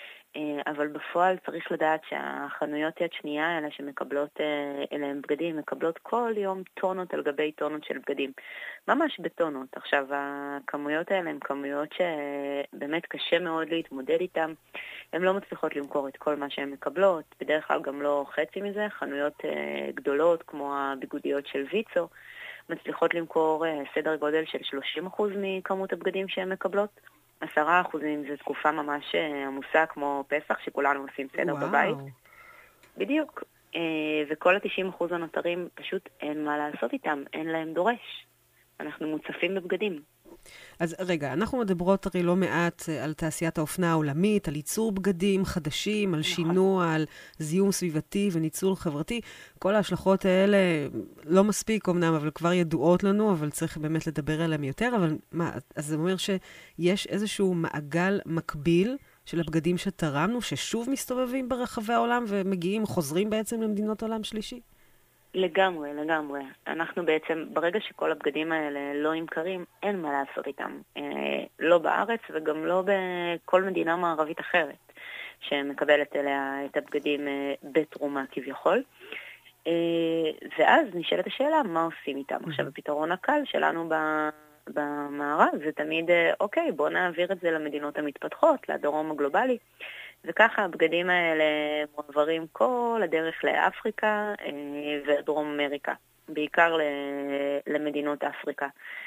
אבל בפועל צריך לדעת שהחנויות יד שנייה האלה שמקבלות אליהם בגדים, מקבלות כל יום טונות על גבי טונות של בגדים. ממש בטונות. עכשיו, הכמויות האלה הן כמויות שבאמת קשה מאוד להתמודד איתן. הן לא מצליחות למכור את כל מה שהן מקבלות. בדרך כלל גם לא חצי מזה. חנויות גדולות כמו הביגודיות של ויצו מצליחות למכור סדר גודל של שלושים אחוז מכמות הבגדים שהן מקבלות. עשרה אחוזים זו תקופה ממש עמוסה כמו פסח, שכולנו עושים סדר וואו. בבית. בדיוק. וכל ה-תשעים אחוז הנותרים פשוט אין מה לעשות איתם, אין להם דורש. אנחנו מוצפים בבגדים. אז רגע, אנחנו מדברות הרי לא מעט על תעשיית האופנה העולמית, על ייצור בגדים חדשים, על נכון. שינוע, על זיהום סביבתי וניצול חברתי. כל ההשלכות האלה לא מספיק אמנם, אבל כבר ידועות לנו, אבל צריך באמת לדבר עליהם יותר. אבל מה, אז זה אומר שיש איזשהו מעגל מקביל של הבגדים שתרמנו, ששוב מסתובבים ברחבי העולם ומגיעים, חוזרים בעצם למדינות עולם שלישי? לגמרי, לגמרי. אנחנו בעצם, ברגע שכל הבגדים האלה לא נמכרים, אין מה לעשות איתם. אה, לא בארץ וגם לא בכל מדינה מערבית אחרת שמקבלת אליה את הבגדים אה, בתרומה כביכול. אה, ואז נשאלת השאלה, מה עושים איתם? עכשיו, הפתרון הקל שלנו ב... במערב זה תמיד, אוקיי, בוא נעביר את זה למדינות המתפתחות, לדרום הגלובלי. וככה הבגדים האלה מועברים כל הדרך לאפריקה ודרום אמריקה, בעיקר למדינות אפריקה.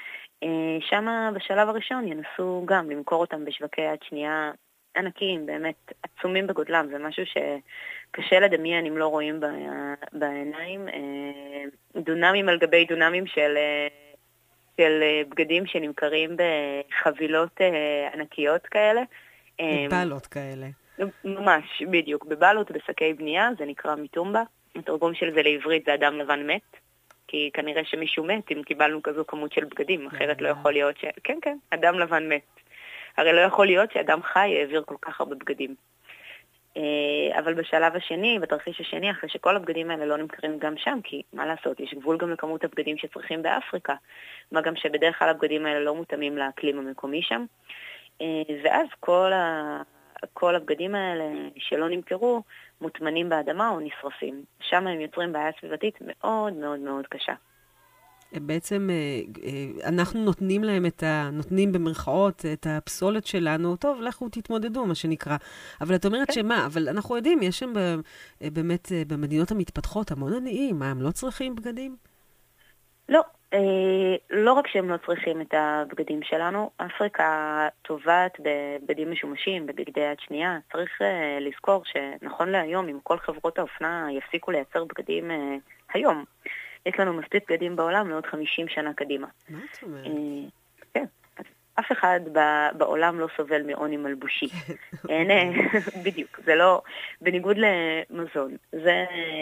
שם בשלב הראשון ינסו גם למכור אותם בשווקי יד שנייה ענקיים, באמת עצומים בגודלם. זה משהו שקשה לדמיין אם לא רואים בעיניים. דונמים על גבי דונמים של, של בגדים שנמכרים בחבילות ענקיות כאלה. בבלות כאלה. ממש, בדיוק. בבלות, בשקי בנייה, זה נקרא מיטומבה. התרגום של זה לעברית זה אדם לבן מת, כי כנראה שמישהו מת אם קיבלנו כזו כמות של בגדים, אחרת לא יכול להיות ש... כן, כן, אדם לבן מת. הרי לא יכול להיות שאדם חי העביר כל כך הרבה בגדים. אבל בשלב השני, בתרחיש השני, אחרי שכל הבגדים האלה לא נמכרים גם שם, כי מה לעשות, יש גבול גם לכמות הבגדים שצריכים באפריקה, מה גם שבדרך כלל הבגדים האלה לא מותאמים לאקלים המקומי שם, ואז כל, ה... כל הבגדים האלה שלא נמכרו, מוטמנים באדמה או נשרפים. שם הם יוצרים בעיה סביבתית מאוד מאוד מאוד קשה. בעצם אנחנו נותנים להם את ה... נותנים במרכאות את הפסולת שלנו, טוב, לכו תתמודדו, מה שנקרא. אבל את אומרת שמה, אבל אנחנו יודעים, יש שם באמת במדינות המתפתחות המון עניים, מה, הם לא צריכים בגדים? לא, לא רק שהם לא צריכים את הבגדים שלנו, אפריקה טובעת בבגדים משומשים, בבגדי יד שנייה. צריך לזכור שנכון להיום, אם כל חברות האופנה יפסיקו לייצר בגדים היום, יש לנו מספיק בגדים בעולם לעוד חמישים שנה קדימה. מה את אומרת? כן. אף אחד בעולם לא סובל מעוני מלבושי. בדיוק. זה לא, בניגוד למזון. זה...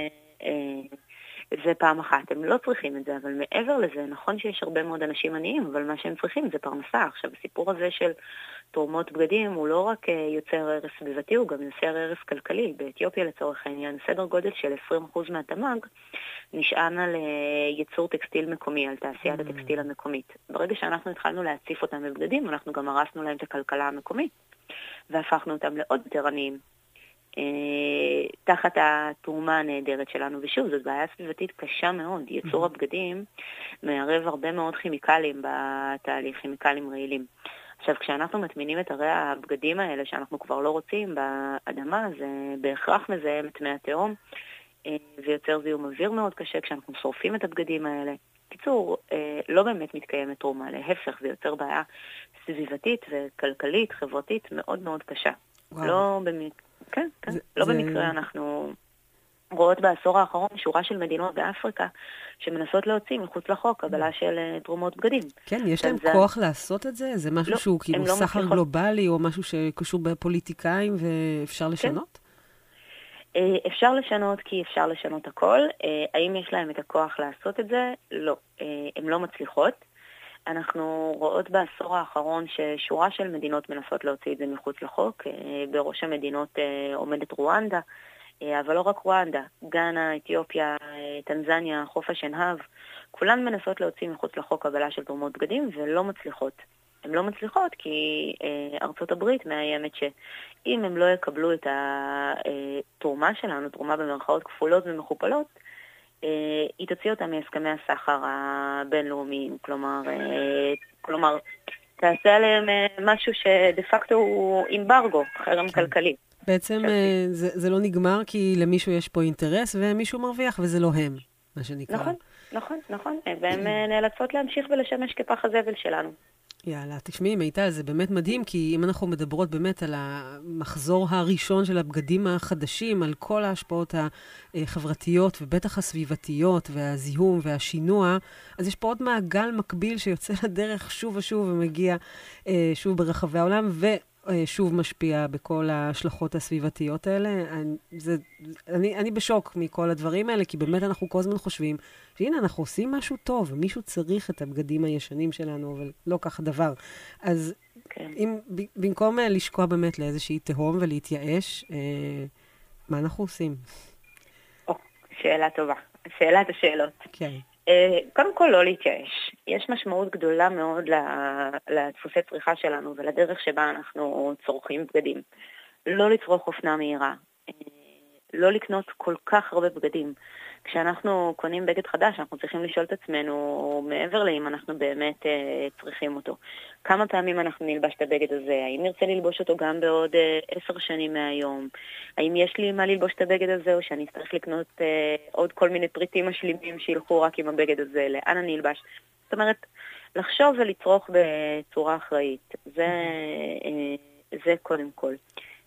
זה פעם אחת, הם לא צריכים את זה, אבל מעבר לזה, נכון שיש הרבה מאוד אנשים עניים, אבל מה שהם צריכים זה פרנסה. עכשיו, הסיפור הזה של תורמות בגדים הוא לא רק יוצר ערך סביבתי, הוא גם יוצר ערך כלכלי. באתיופיה לצורך העניין, סדר גודל של עשרים אחוז מהתמ"ג נשען על ייצור טקסטיל מקומי, על תעשיית הטקסטיל המקומית. ברגע שאנחנו התחלנו להציף אותם בבגדים, אנחנו גם הרסנו להם את הכלכלה המקומית, והפכנו אותם לעוד יותר עניים. תחת התרומה הנהדרת שלנו, ושוב, זאת בעיה סביבתית קשה מאוד. ייצור הבגדים מערב הרבה מאוד כימיקלים בתהליך, כימיקלים רעילים. עכשיו, כשאנחנו מטמינים את הרי הבגדים האלה, שאנחנו כבר לא רוצים באדמה, זה בהכרח מזהם את מי התהום, ויוצר זיהום אוויר מאוד קשה כשאנחנו שורפים את הבגדים האלה. קיצור, לא באמת מתקיימת תרומה, להפך, זה יוצר בעיה סביבתית וכלכלית, חברתית מאוד מאוד קשה. וואו. לא במקרה. כן, כן. זה, לא זה... במקרה אנחנו רואות בעשור האחרון שורה של מדינות באפריקה שמנסות להוציא מחוץ לחוק קבלה של תרומות בגדים. כן, יש להם זה... כוח לעשות את זה? זה משהו לא, שהוא כאילו לא סחר מצליחות... גלובלי או משהו שקשור בפוליטיקאים ואפשר לשנות? כן. אפשר לשנות כי אפשר לשנות הכל. האם יש להם את הכוח לעשות את זה? לא. הן לא מצליחות. אנחנו רואות בעשור האחרון ששורה של מדינות מנסות להוציא את זה מחוץ לחוק. בראש המדינות עומדת רואנדה, אבל לא רק רואנדה, גאנה, אתיופיה, טנזניה, חוף השנהב, כולן מנסות להוציא מחוץ לחוק קבלה של תרומות בגדים ולא מצליחות. הן לא מצליחות כי ארצות הברית מאיימת שאם הם לא יקבלו את התרומה שלנו, תרומה במרכאות כפולות ומכופלות, היא תוציא אותה מהסכמי הסחר הבינלאומיים, כלומר, כלומר, תעשה עליהם משהו שדה פקטו הוא אימברגו, חרם כלכלי. בעצם זה, זה לא נגמר כי למישהו יש פה אינטרס ומישהו מרוויח וזה לא הם, מה שנקרא. נכון, נכון, נכון, והם נאלצות להמשיך ולשמש כפח הזבל שלנו. יאללה, תשמעי, מיטל, זה באמת מדהים, כי אם אנחנו מדברות באמת על המחזור הראשון של הבגדים החדשים, על כל ההשפעות החברתיות ובטח הסביבתיות והזיהום והשינוע, אז יש פה עוד מעגל מקביל שיוצא לדרך שוב ושוב ומגיע שוב ברחבי העולם, ושוב משפיע בכל ההשלכות הסביבתיות האלה. אני, זה, אני, אני בשוק מכל הדברים האלה, כי באמת אנחנו כל הזמן חושבים שהנה, אנחנו עושים משהו טוב, ומישהו צריך את הבגדים הישנים שלנו, אבל לא כך דבר. אז כן. אם, במקום לשקוע באמת לאיזושהי תהום ולהתייאש, אה, מה אנחנו עושים? או, שאלה טובה. שאלת השאלות. כן. אה, קודם כל לא להתייאש. יש משמעות גדולה מאוד לדפוסי צריכה שלנו, ולדרך שבה אנחנו צורכים בגדים. לא לצרוך אופנה מהירה. אה, לא לקנות כל כך הרבה בגדים. כשאנחנו קונים בגד חדש, אנחנו צריכים לשאול את עצמנו מעבר לאם אנחנו באמת אה, צריכים אותו. כמה פעמים אנחנו נלבש את הבגד הזה? האם נרצה ללבוש אותו גם בעוד אה, עשר שנים מהיום? האם יש לי מה ללבוש את הבגד הזה, או שאני צריך לקנות אה, עוד כל מיני פריטים משלימים שילכו רק עם הבגד הזה? לאן אני אלבש? זאת אומרת, לחשוב ולצרוך בצורה אחראית. זה, אה, זה קודם כל.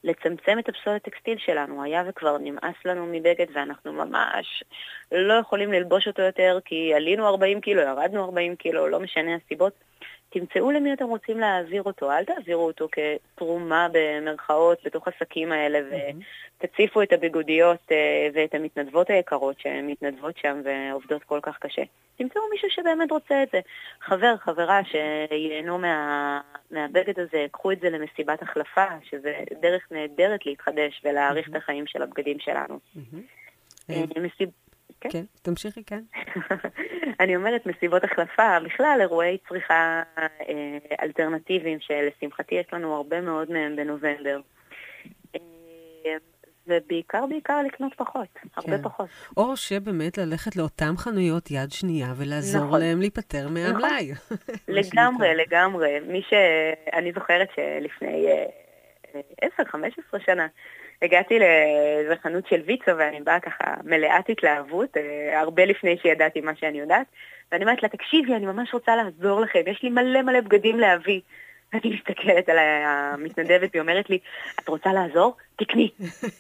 לצמצם את הפסולת טקסטיל שלנו. היה וכבר נמאס לנו מבגד ואנחנו ממש לא יכולים ללבוש אותו יותר, כי עלינו ארבעים קילו, ירדנו ארבעים קילו, לא משנה הסיבות. תמצאו למי אתם רוצים להעביר אותו, אל תעבירו אותו כתרומה במרכאות בתוך עסקים האלה, ותציפו את הביגודיות ואת המתנדבות היקרות שהן מתנדבות שם ועובדות כל כך קשה. תמצאו מישהו שבאמת רוצה את זה. חבר, חברה שייהנו מה, מהבגד הזה, קחו את זה למסיבת החלפה, שזה דרך נהדרת להתחדש ולהעריך את החיים של הבגדים שלנו. מסיב... כן, כן, תמשיכי כאן. אני אומרת מסיבות החלפה, בכלל אירועי צריכה אה, אלטרנטיביים שלשמחתי יש לנו הרבה מאוד מהם בנובמבר. אה, ובעיקר בעיקר לקנות פחות, הרבה כן. פחות. או שבאמת ללכת לאותם חנויות יד שנייה ולעזור נכון. להם להיפטר מהמלאי. לגמרי, לגמרי. מי שאני זוכרת שלפני עשר חמש עשרה שנה, הגעתי לאיזו חנות של ויצו, ואני באה ככה מלאת התלהבות, הרבה לפני שידעתי מה שאני יודעת, ואני אומרת לה, תקשיבי, אני ממש רוצה לעזור לכם, יש לי מלא מלא בגדים להביא. אני מסתכלת על המתנדבת, והיא אומרת לי, את רוצה לעזור? תקני.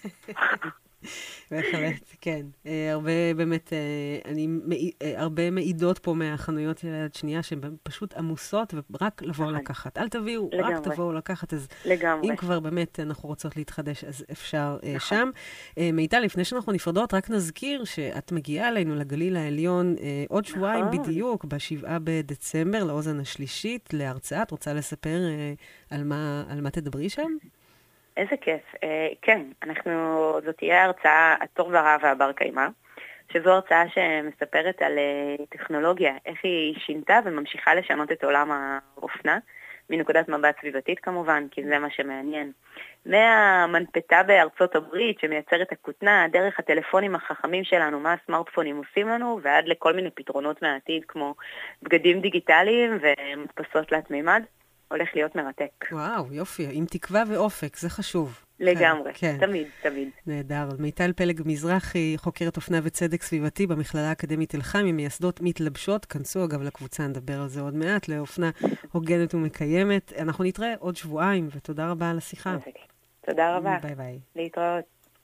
בהחלט, כן. הרבה באמת, אני, הרבה מעידות פה מהחנויות של היד שנייה, שהן פשוט עמוסות, ורק לבוא לקחת. אל תביאו, רק תבואו לקחת. אז אם כבר באמת אנחנו רוצות להתחדש, אז אפשר שם. מיטל, לפני שאנחנו נפרדות, רק נזכיר שאת מגיעה אלינו לגליל העליון עוד שבועיים בדיוק, בשבעה בדצמבר, לאוזן השלישית, להרצאה. את רוצה לספר על מה, על מה תדברי שם? איזה כיף. אה, כן, אנחנו, זאת תהיה הרצאה הטוב והרע והבר קיימה, שזו הרצאה שמספרת על אה, טכנולוגיה, איך היא שינתה וממשיכה לשנות את עולם האופנה, מנקודת מבט סביבתית כמובן, כי זה מה שמעניין. מהמנפתה בארצות הברית שמייצרת הכותנה, דרך הטלפונים החכמים שלנו, מה הסמארטפונים עושים לנו, ועד לכל מיני פתרונות מהעתיד, כמו בגדים דיגיטליים ומדפסות תלת מימד. הולך להיות מרתק. וואו, יופי, עם תקווה ואופק, זה חשוב. לגמרי, כן. תמיד, תמיד. נהדר. מיטל פלג מזרחי, חוקרת אופנה וצדק סביבתי במכללה האקדמית תל חי, ממייסדות מתלבשות. כנסו אגב לקבוצה, נדבר על זה עוד מעט, לאופנה הוגנת ומקיימת. אנחנו נתראה עוד שבועיים, ותודה רבה על השיחה. תודה רבה. ביי ביי. להתראות.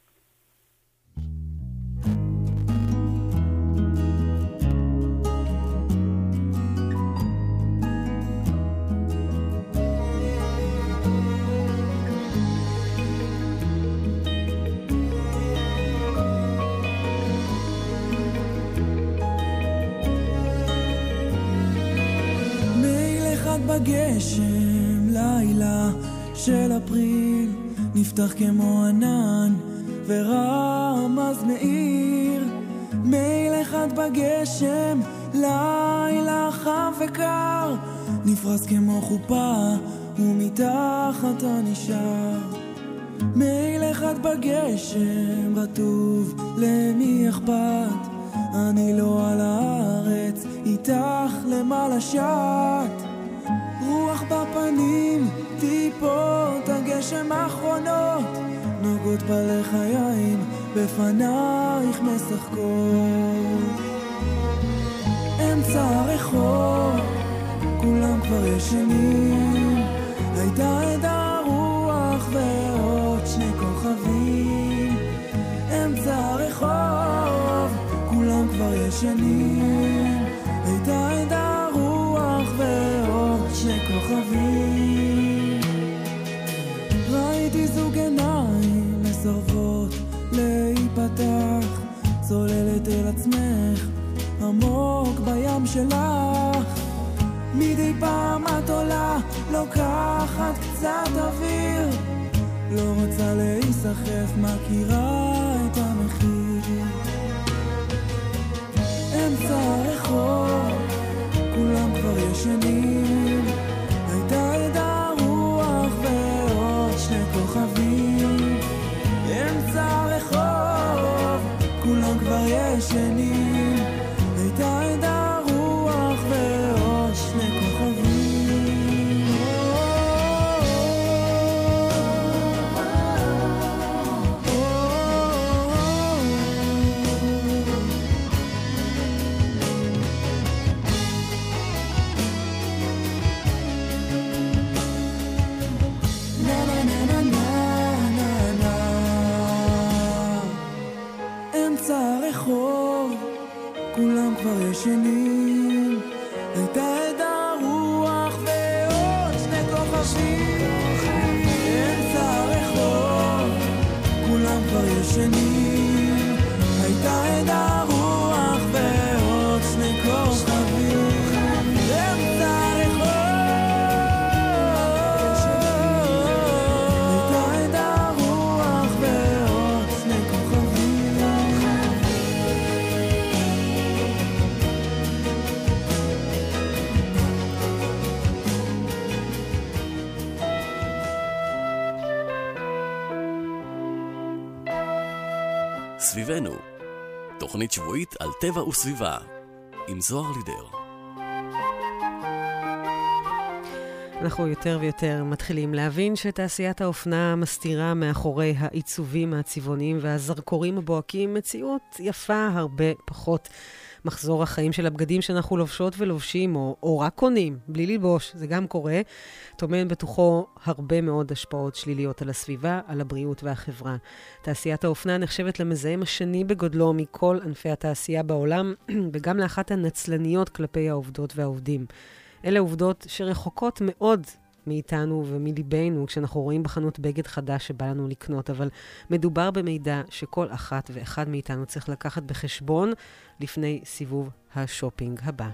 בגשם, לילה של אפריל, נפתח כמו ענן ורמז מאיר. מייל אחד בגשם, לילה חם וקר, נפרס כמו חופה ומתחת הנשאר. מייל אחד בגשם, רטוב למי אכפת, אני לא על הארץ, איתך למעלה שעת. רוח בפנים, טיפות הגשם האחרונות, נוגעות בלחיים, בפנייך משחקות. אמצע הרחוב, כולם כבר ישנים, הייתה עד הרוח ועוד שני כוכבים. אמצע הרחוב, כולם כבר ישנים, הייתה עד הרוח ועוד שני כוכבים. ראיתי זוג עיניים מסרבות להיפתח, צוללת אל עצמך עמוק בים שלך. מדי פעם את עולה, לוקחת קצת אוויר, לא רוצה להיסחף, מכירה את המחיר. אמצע הרחוב, כולם כבר ישנים, הייתה עד הרוח ועוד שני כוכבים. אמצע הרחוב, כולם כבר ישנים, הייתה עד הרוח ועוד שני כוכבים. na na na na na כולם כבר ישנים, הייתה עדה רוח ועוד שני כוכבים, אמצע הרחוב, כולם כבר ישנים, הייתה עדה רוח ועוד שני כוכבים, אמצע הרחוב, הייתה עדה רוח ועוד שני כוכבים. סביבנו, תוכנית שבועית על טבע וסביבה, עם זוהר לידר. אנחנו יותר ויותר מתחילים להבין שתעשיית האופנה מסתירה מאחורי העיצובים הצבעוניים והזרקורים הבוהקים מציאות יפה הרבה פחות. מחזור החיים של הבגדים שאנחנו לובשות ולובשים, או, או רק קונים, בלי ללבוש, זה גם קורה, טומן בתוכו הרבה מאוד השפעות שליליות על הסביבה, על הבריאות והחברה. תעשיית האופנה נחשבת למזהם השני בגודלו מכל ענפי התעשייה בעולם, וגם לאחת הנצלניות כלפי העובדות והעובדים. אלה עובדות שרחוקות מאוד מאיתנו ומליבנו כשאנחנו רואים בחנות בגד חדש שבא לנו לקנות, אבל מדובר במידע שכל אחת ואחד מאיתנו צריך לקחת בחשבון לפני סיבוב השופינג הבא.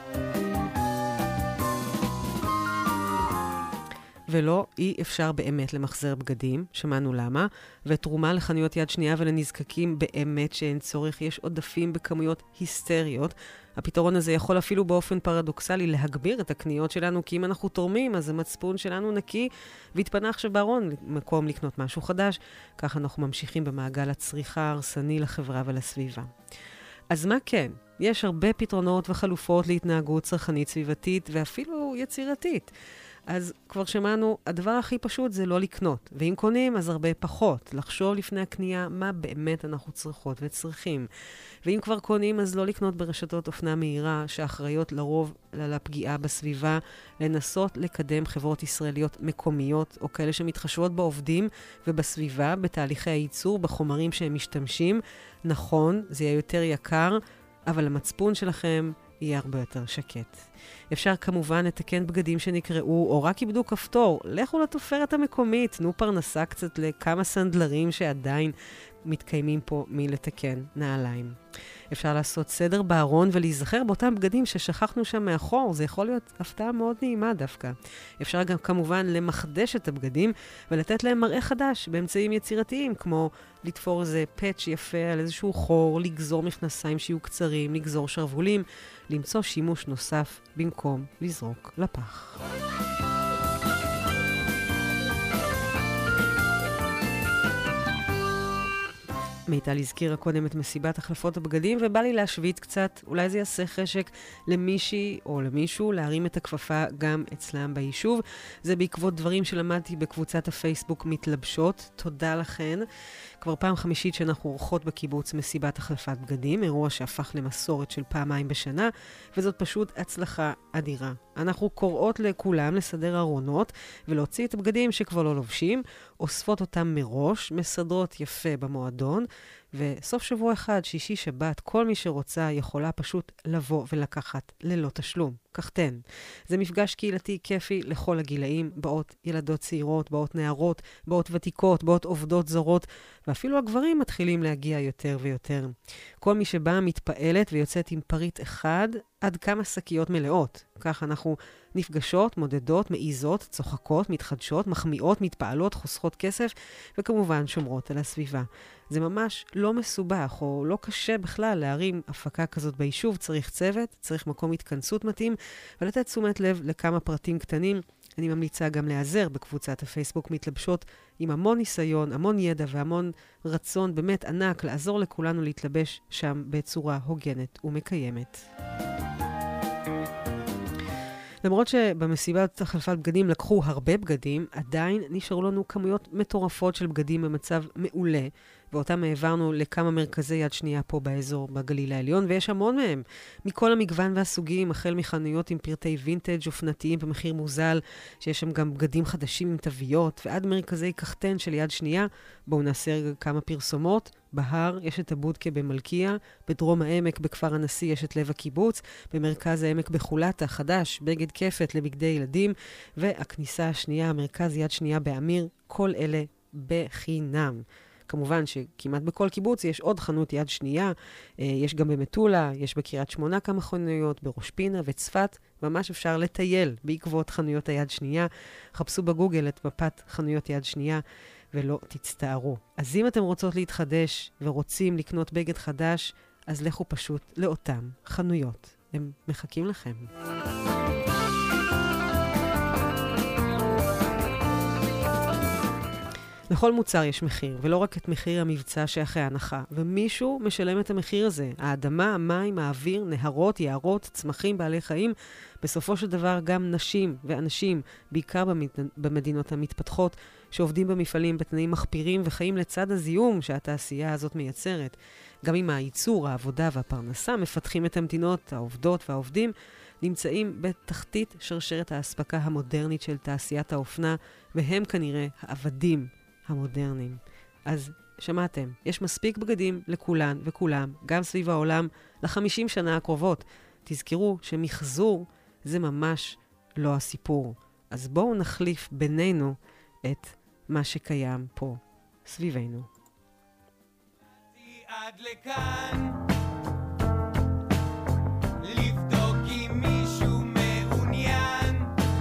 ולא, אי אפשר באמת למחזר בגדים, שמענו למה, ותרומה לחנויות יד שנייה ולנזקקים באמת שאין צורך, יש עודפים בכמויות היסטריות. הפתרון הזה יכול אפילו באופן פרדוקסלי להגביר את הקניות שלנו, כי אם אנחנו תורמים, אז המצפון שלנו נקי, והתפנה עכשיו בארון מקום לקנות משהו חדש. כך אנחנו ממשיכים במעגל הצריכה ההרסני לחברה ולסביבה. אז מה כן? יש הרבה פתרונות וחלופות להתנהגות צרכנית סביבתית ואפילו יצירתית. אז כבר שמענו, הדבר הכי פשוט זה לא לקנות. ואם קונים, אז הרבה פחות. לחשוב לפני הקנייה מה באמת אנחנו צריכות וצריכים. ואם כבר קונים, אז לא לקנות ברשתות אופנה מהירה, שאחראיות לרוב לפגיעה בסביבה, לנסות לקדם חברות ישראליות מקומיות, או כאלה שמתחשבות בעובדים ובסביבה, בתהליכי הייצור, בחומרים שהם משתמשים. נכון, זה יהיה יותר יקר, אבל המצפון שלכם יהיה הרבה יותר שקט. אפשר כמובן לתקן בגדים שנקראו או רק איבדו כפתור. לכו לתופרת המקומית, תנו פרנסה קצת לכמה סנדלרים שעדיין מתקיימים פה מלתקן נעליים. אפשר לעשות סדר בארון ולהיזכר באותם בגדים ששכחנו שם מאחור. זה יכול להיות הפתעה מאוד נעימה דווקא. אפשר גם כמובן למחדש את הבגדים ולתת להם מראה חדש באמצעים יצירתיים, כמו לתפור איזה פאץ' יפה על איזשהו חור, לגזור מכנסיים שיהיו קצרים, לגזור שרבולים, למצוא שימוש נוסף במקום לזרוק לפח. מיטל הזכירה קודם את מסיבת החלפות הבגדים, ובא לי להשוויץ קצת, אולי זה יעשה חשק למישהי או למישהו להרים את הכפפה גם אצלם ביישוב. זה בעקבות דברים שלמדתי בקבוצת הפייסבוק מתלבשות. תודה לכן. כבר פעם חמישית שאנחנו עורכות בקיבוץ מסיבת החלפת בגדים, אירוע שהפך למסורת של פעמיים בשנה, וזאת פשוט הצלחה אדירה. אנחנו קוראות לכולם לסדר ארונות ולהוציא את הבגדים שכבר לא לובשים, אוספות אותם מראש, מסדרות יפה במועדון, וסוף שבוע אחד, שישי שבת, כל מי שרוצה יכולה פשוט לבוא ולקחת ללא תשלום. כחתן. זה מפגש קהילתי כיפי לכל הגילאים, באות ילדות צעירות, באות נערות, באות ותיקות, באות עובדות זרות, ואפילו הגברים מתחילים להגיע יותר ויותר. כל מי שבא מתפעלת ויוצאת עם פריט אחד, עד כמה שקיות מלאות. כך אנחנו נפגשות, מודדות, מעיזות, צוחקות, מתחדשות, מחמיאות, מתפעלות, חוסכות כסף, וכמובן שומרות על הסביבה. זה ממש לא מסובך או לא קשה בכלל להרים הפקה כזאת ביישוב. צריך צוות, צריך מקום התכנסות מתאים, ולתת תשומת לב לכמה פרטים קטנים. אני ממליצה גם להיעזר בקבוצת הפייסבוק מתלבשות עם המון ניסיון, המון ידע והמון רצון באמת ענק לעזור לכולנו להתלבש שם בצורה הוגנת ומקיימת. למרות שבמסיבת החלפת בגדים לקחו הרבה בגדים, עדיין נשארו לנו כמויות מטורפות של בגדים במצב מעולה, ואותם העברנו לכמה מרכזי יד שנייה פה באזור בגליל העליון, ויש המון מהם, מכל המגוון והסוגים, החל מחנויות עם פרטי וינטג' אופנתיים במחיר מוזל, שיש שם גם בגדים חדשים עם תוויות, ועד מרכזי קחתן של יד שנייה. בואו נעשה כמה פרסומות. בהר יש את הבודקה במלכיה, בדרום העמק בכפר הנשיא יש את לב הקיבוץ, במרכז העמק בחולתה חדש, בגד כפת לבגדי ילדים, והכניסה השנייה, מרכז יד שנייה באמיר, כל אלה בחינם. כמובן שכמעט בכל קיבוץ יש עוד חנות יד שנייה, יש גם במטולה, יש בקריית שמונה כמה חנויות, בראש פינה וצפת, ממש אפשר לטייל בעקבות חנויות היד שנייה. חפשו בגוגל את מפת חנויות יד שנייה, ולא תצטערו. אז אם אתם רוצות להתחדש ורוצים לקנות בגד חדש, אז לכו פשוט לאותם חנויות. הם מחכים לכם. לכל מוצר יש מחיר, ולא רק את מחיר המבצע שאחרי ההנחה. ומישהו משלם את המחיר הזה. האדמה, המים, האוויר, נהרות, יערות, צמחים, בעלי חיים. בסופו של דבר גם נשים ואנשים, בעיקר במדינות המתפתחות, שעובדים במפעלים בתנאים מחפירים וחיים לצד הזיהום שהתעשייה הזאת מייצרת. גם עם הייצור, העבודה והפרנסה, מפתחים את המדינות, העובדות והעובדים, נמצאים בתחתית שרשרת האספקה המודרנית של תעשיית האופנה, והם כנראה העבדים המודרניים. אז שמעתם, יש מספיק בגדים לכולן וכולם, גם סביב העולם, לחמישים שנה הקרובות. תזכרו שמחזור זה ממש לא הסיפור. אז בואו נחליף בינינו את מה שקיים פה סביבנו. עד לכאן לבדוק אם מישהו מעוניין,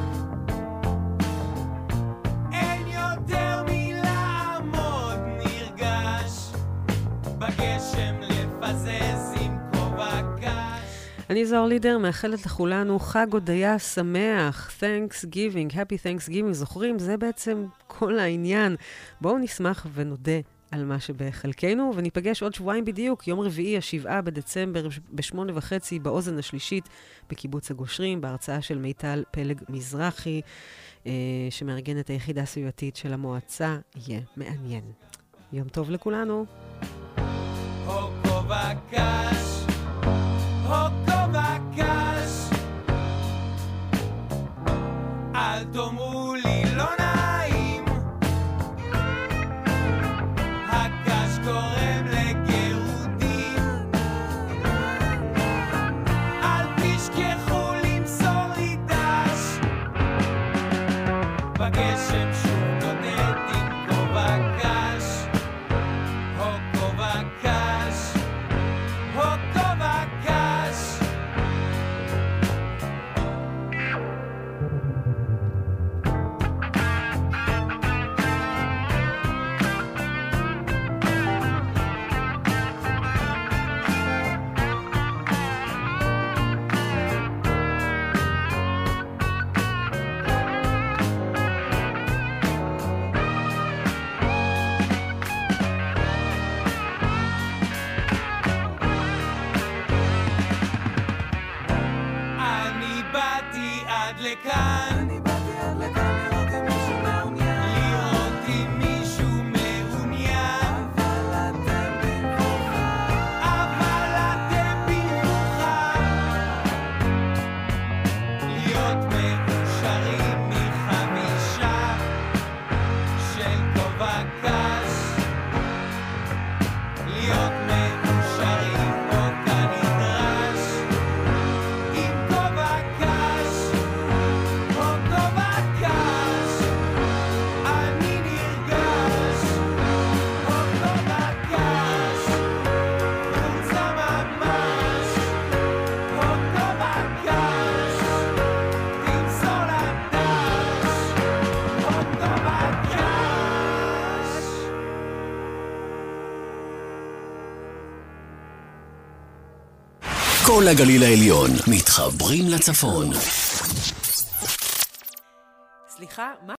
אין יותר מלעמוד נרגש בגשם לפזז עם כובע קש. אני זוהר לידר, מאחלת לכולנו חג הודיה שמח, Thanksgiving, Happy Thanksgiving. זוכרים? זה בעצם כל העניין. בואו נשמח ונודה על מה שבחלקנו, וניפגש עוד שבועיים בדיוק, יום רביעי, השבעה בדצמבר, בשמונה וחצי, באוזן השלישית, בקיבוץ הגושרים, בהרצאה של מיטל פלג מזרחי, אה, שמארגנת היחידה הסביבתית של המועצה. יהיה מעניין. יום טוב לכולנו. הוקו וקש, הוקו וקש, אל תאמרו לי לא נעים, הקש גורם לגירודים, אל תשכחו למסור לי דש, בגשם שוב נודד עם כובע קש, הוקו וקש, הוקו וקש. אני באתי עד לכאן, אני באתי עד לכאן לראות אם מישהו מעוניין, לראות אם מישהו מעוניין, אבל אתם במבוכה, אבל אתם במבוכה, להיות מאושרים מחמישה של כובע קש, להיות מאושרים פה כנדרש, עם כובע קש, או כובע קש, אני נרגש, או כובע קש, חולצה ממש, או כובע קש, תמסור לדש, או כובע קש. כל הגליל העליון מתחברים לצפון. סליחה, מה?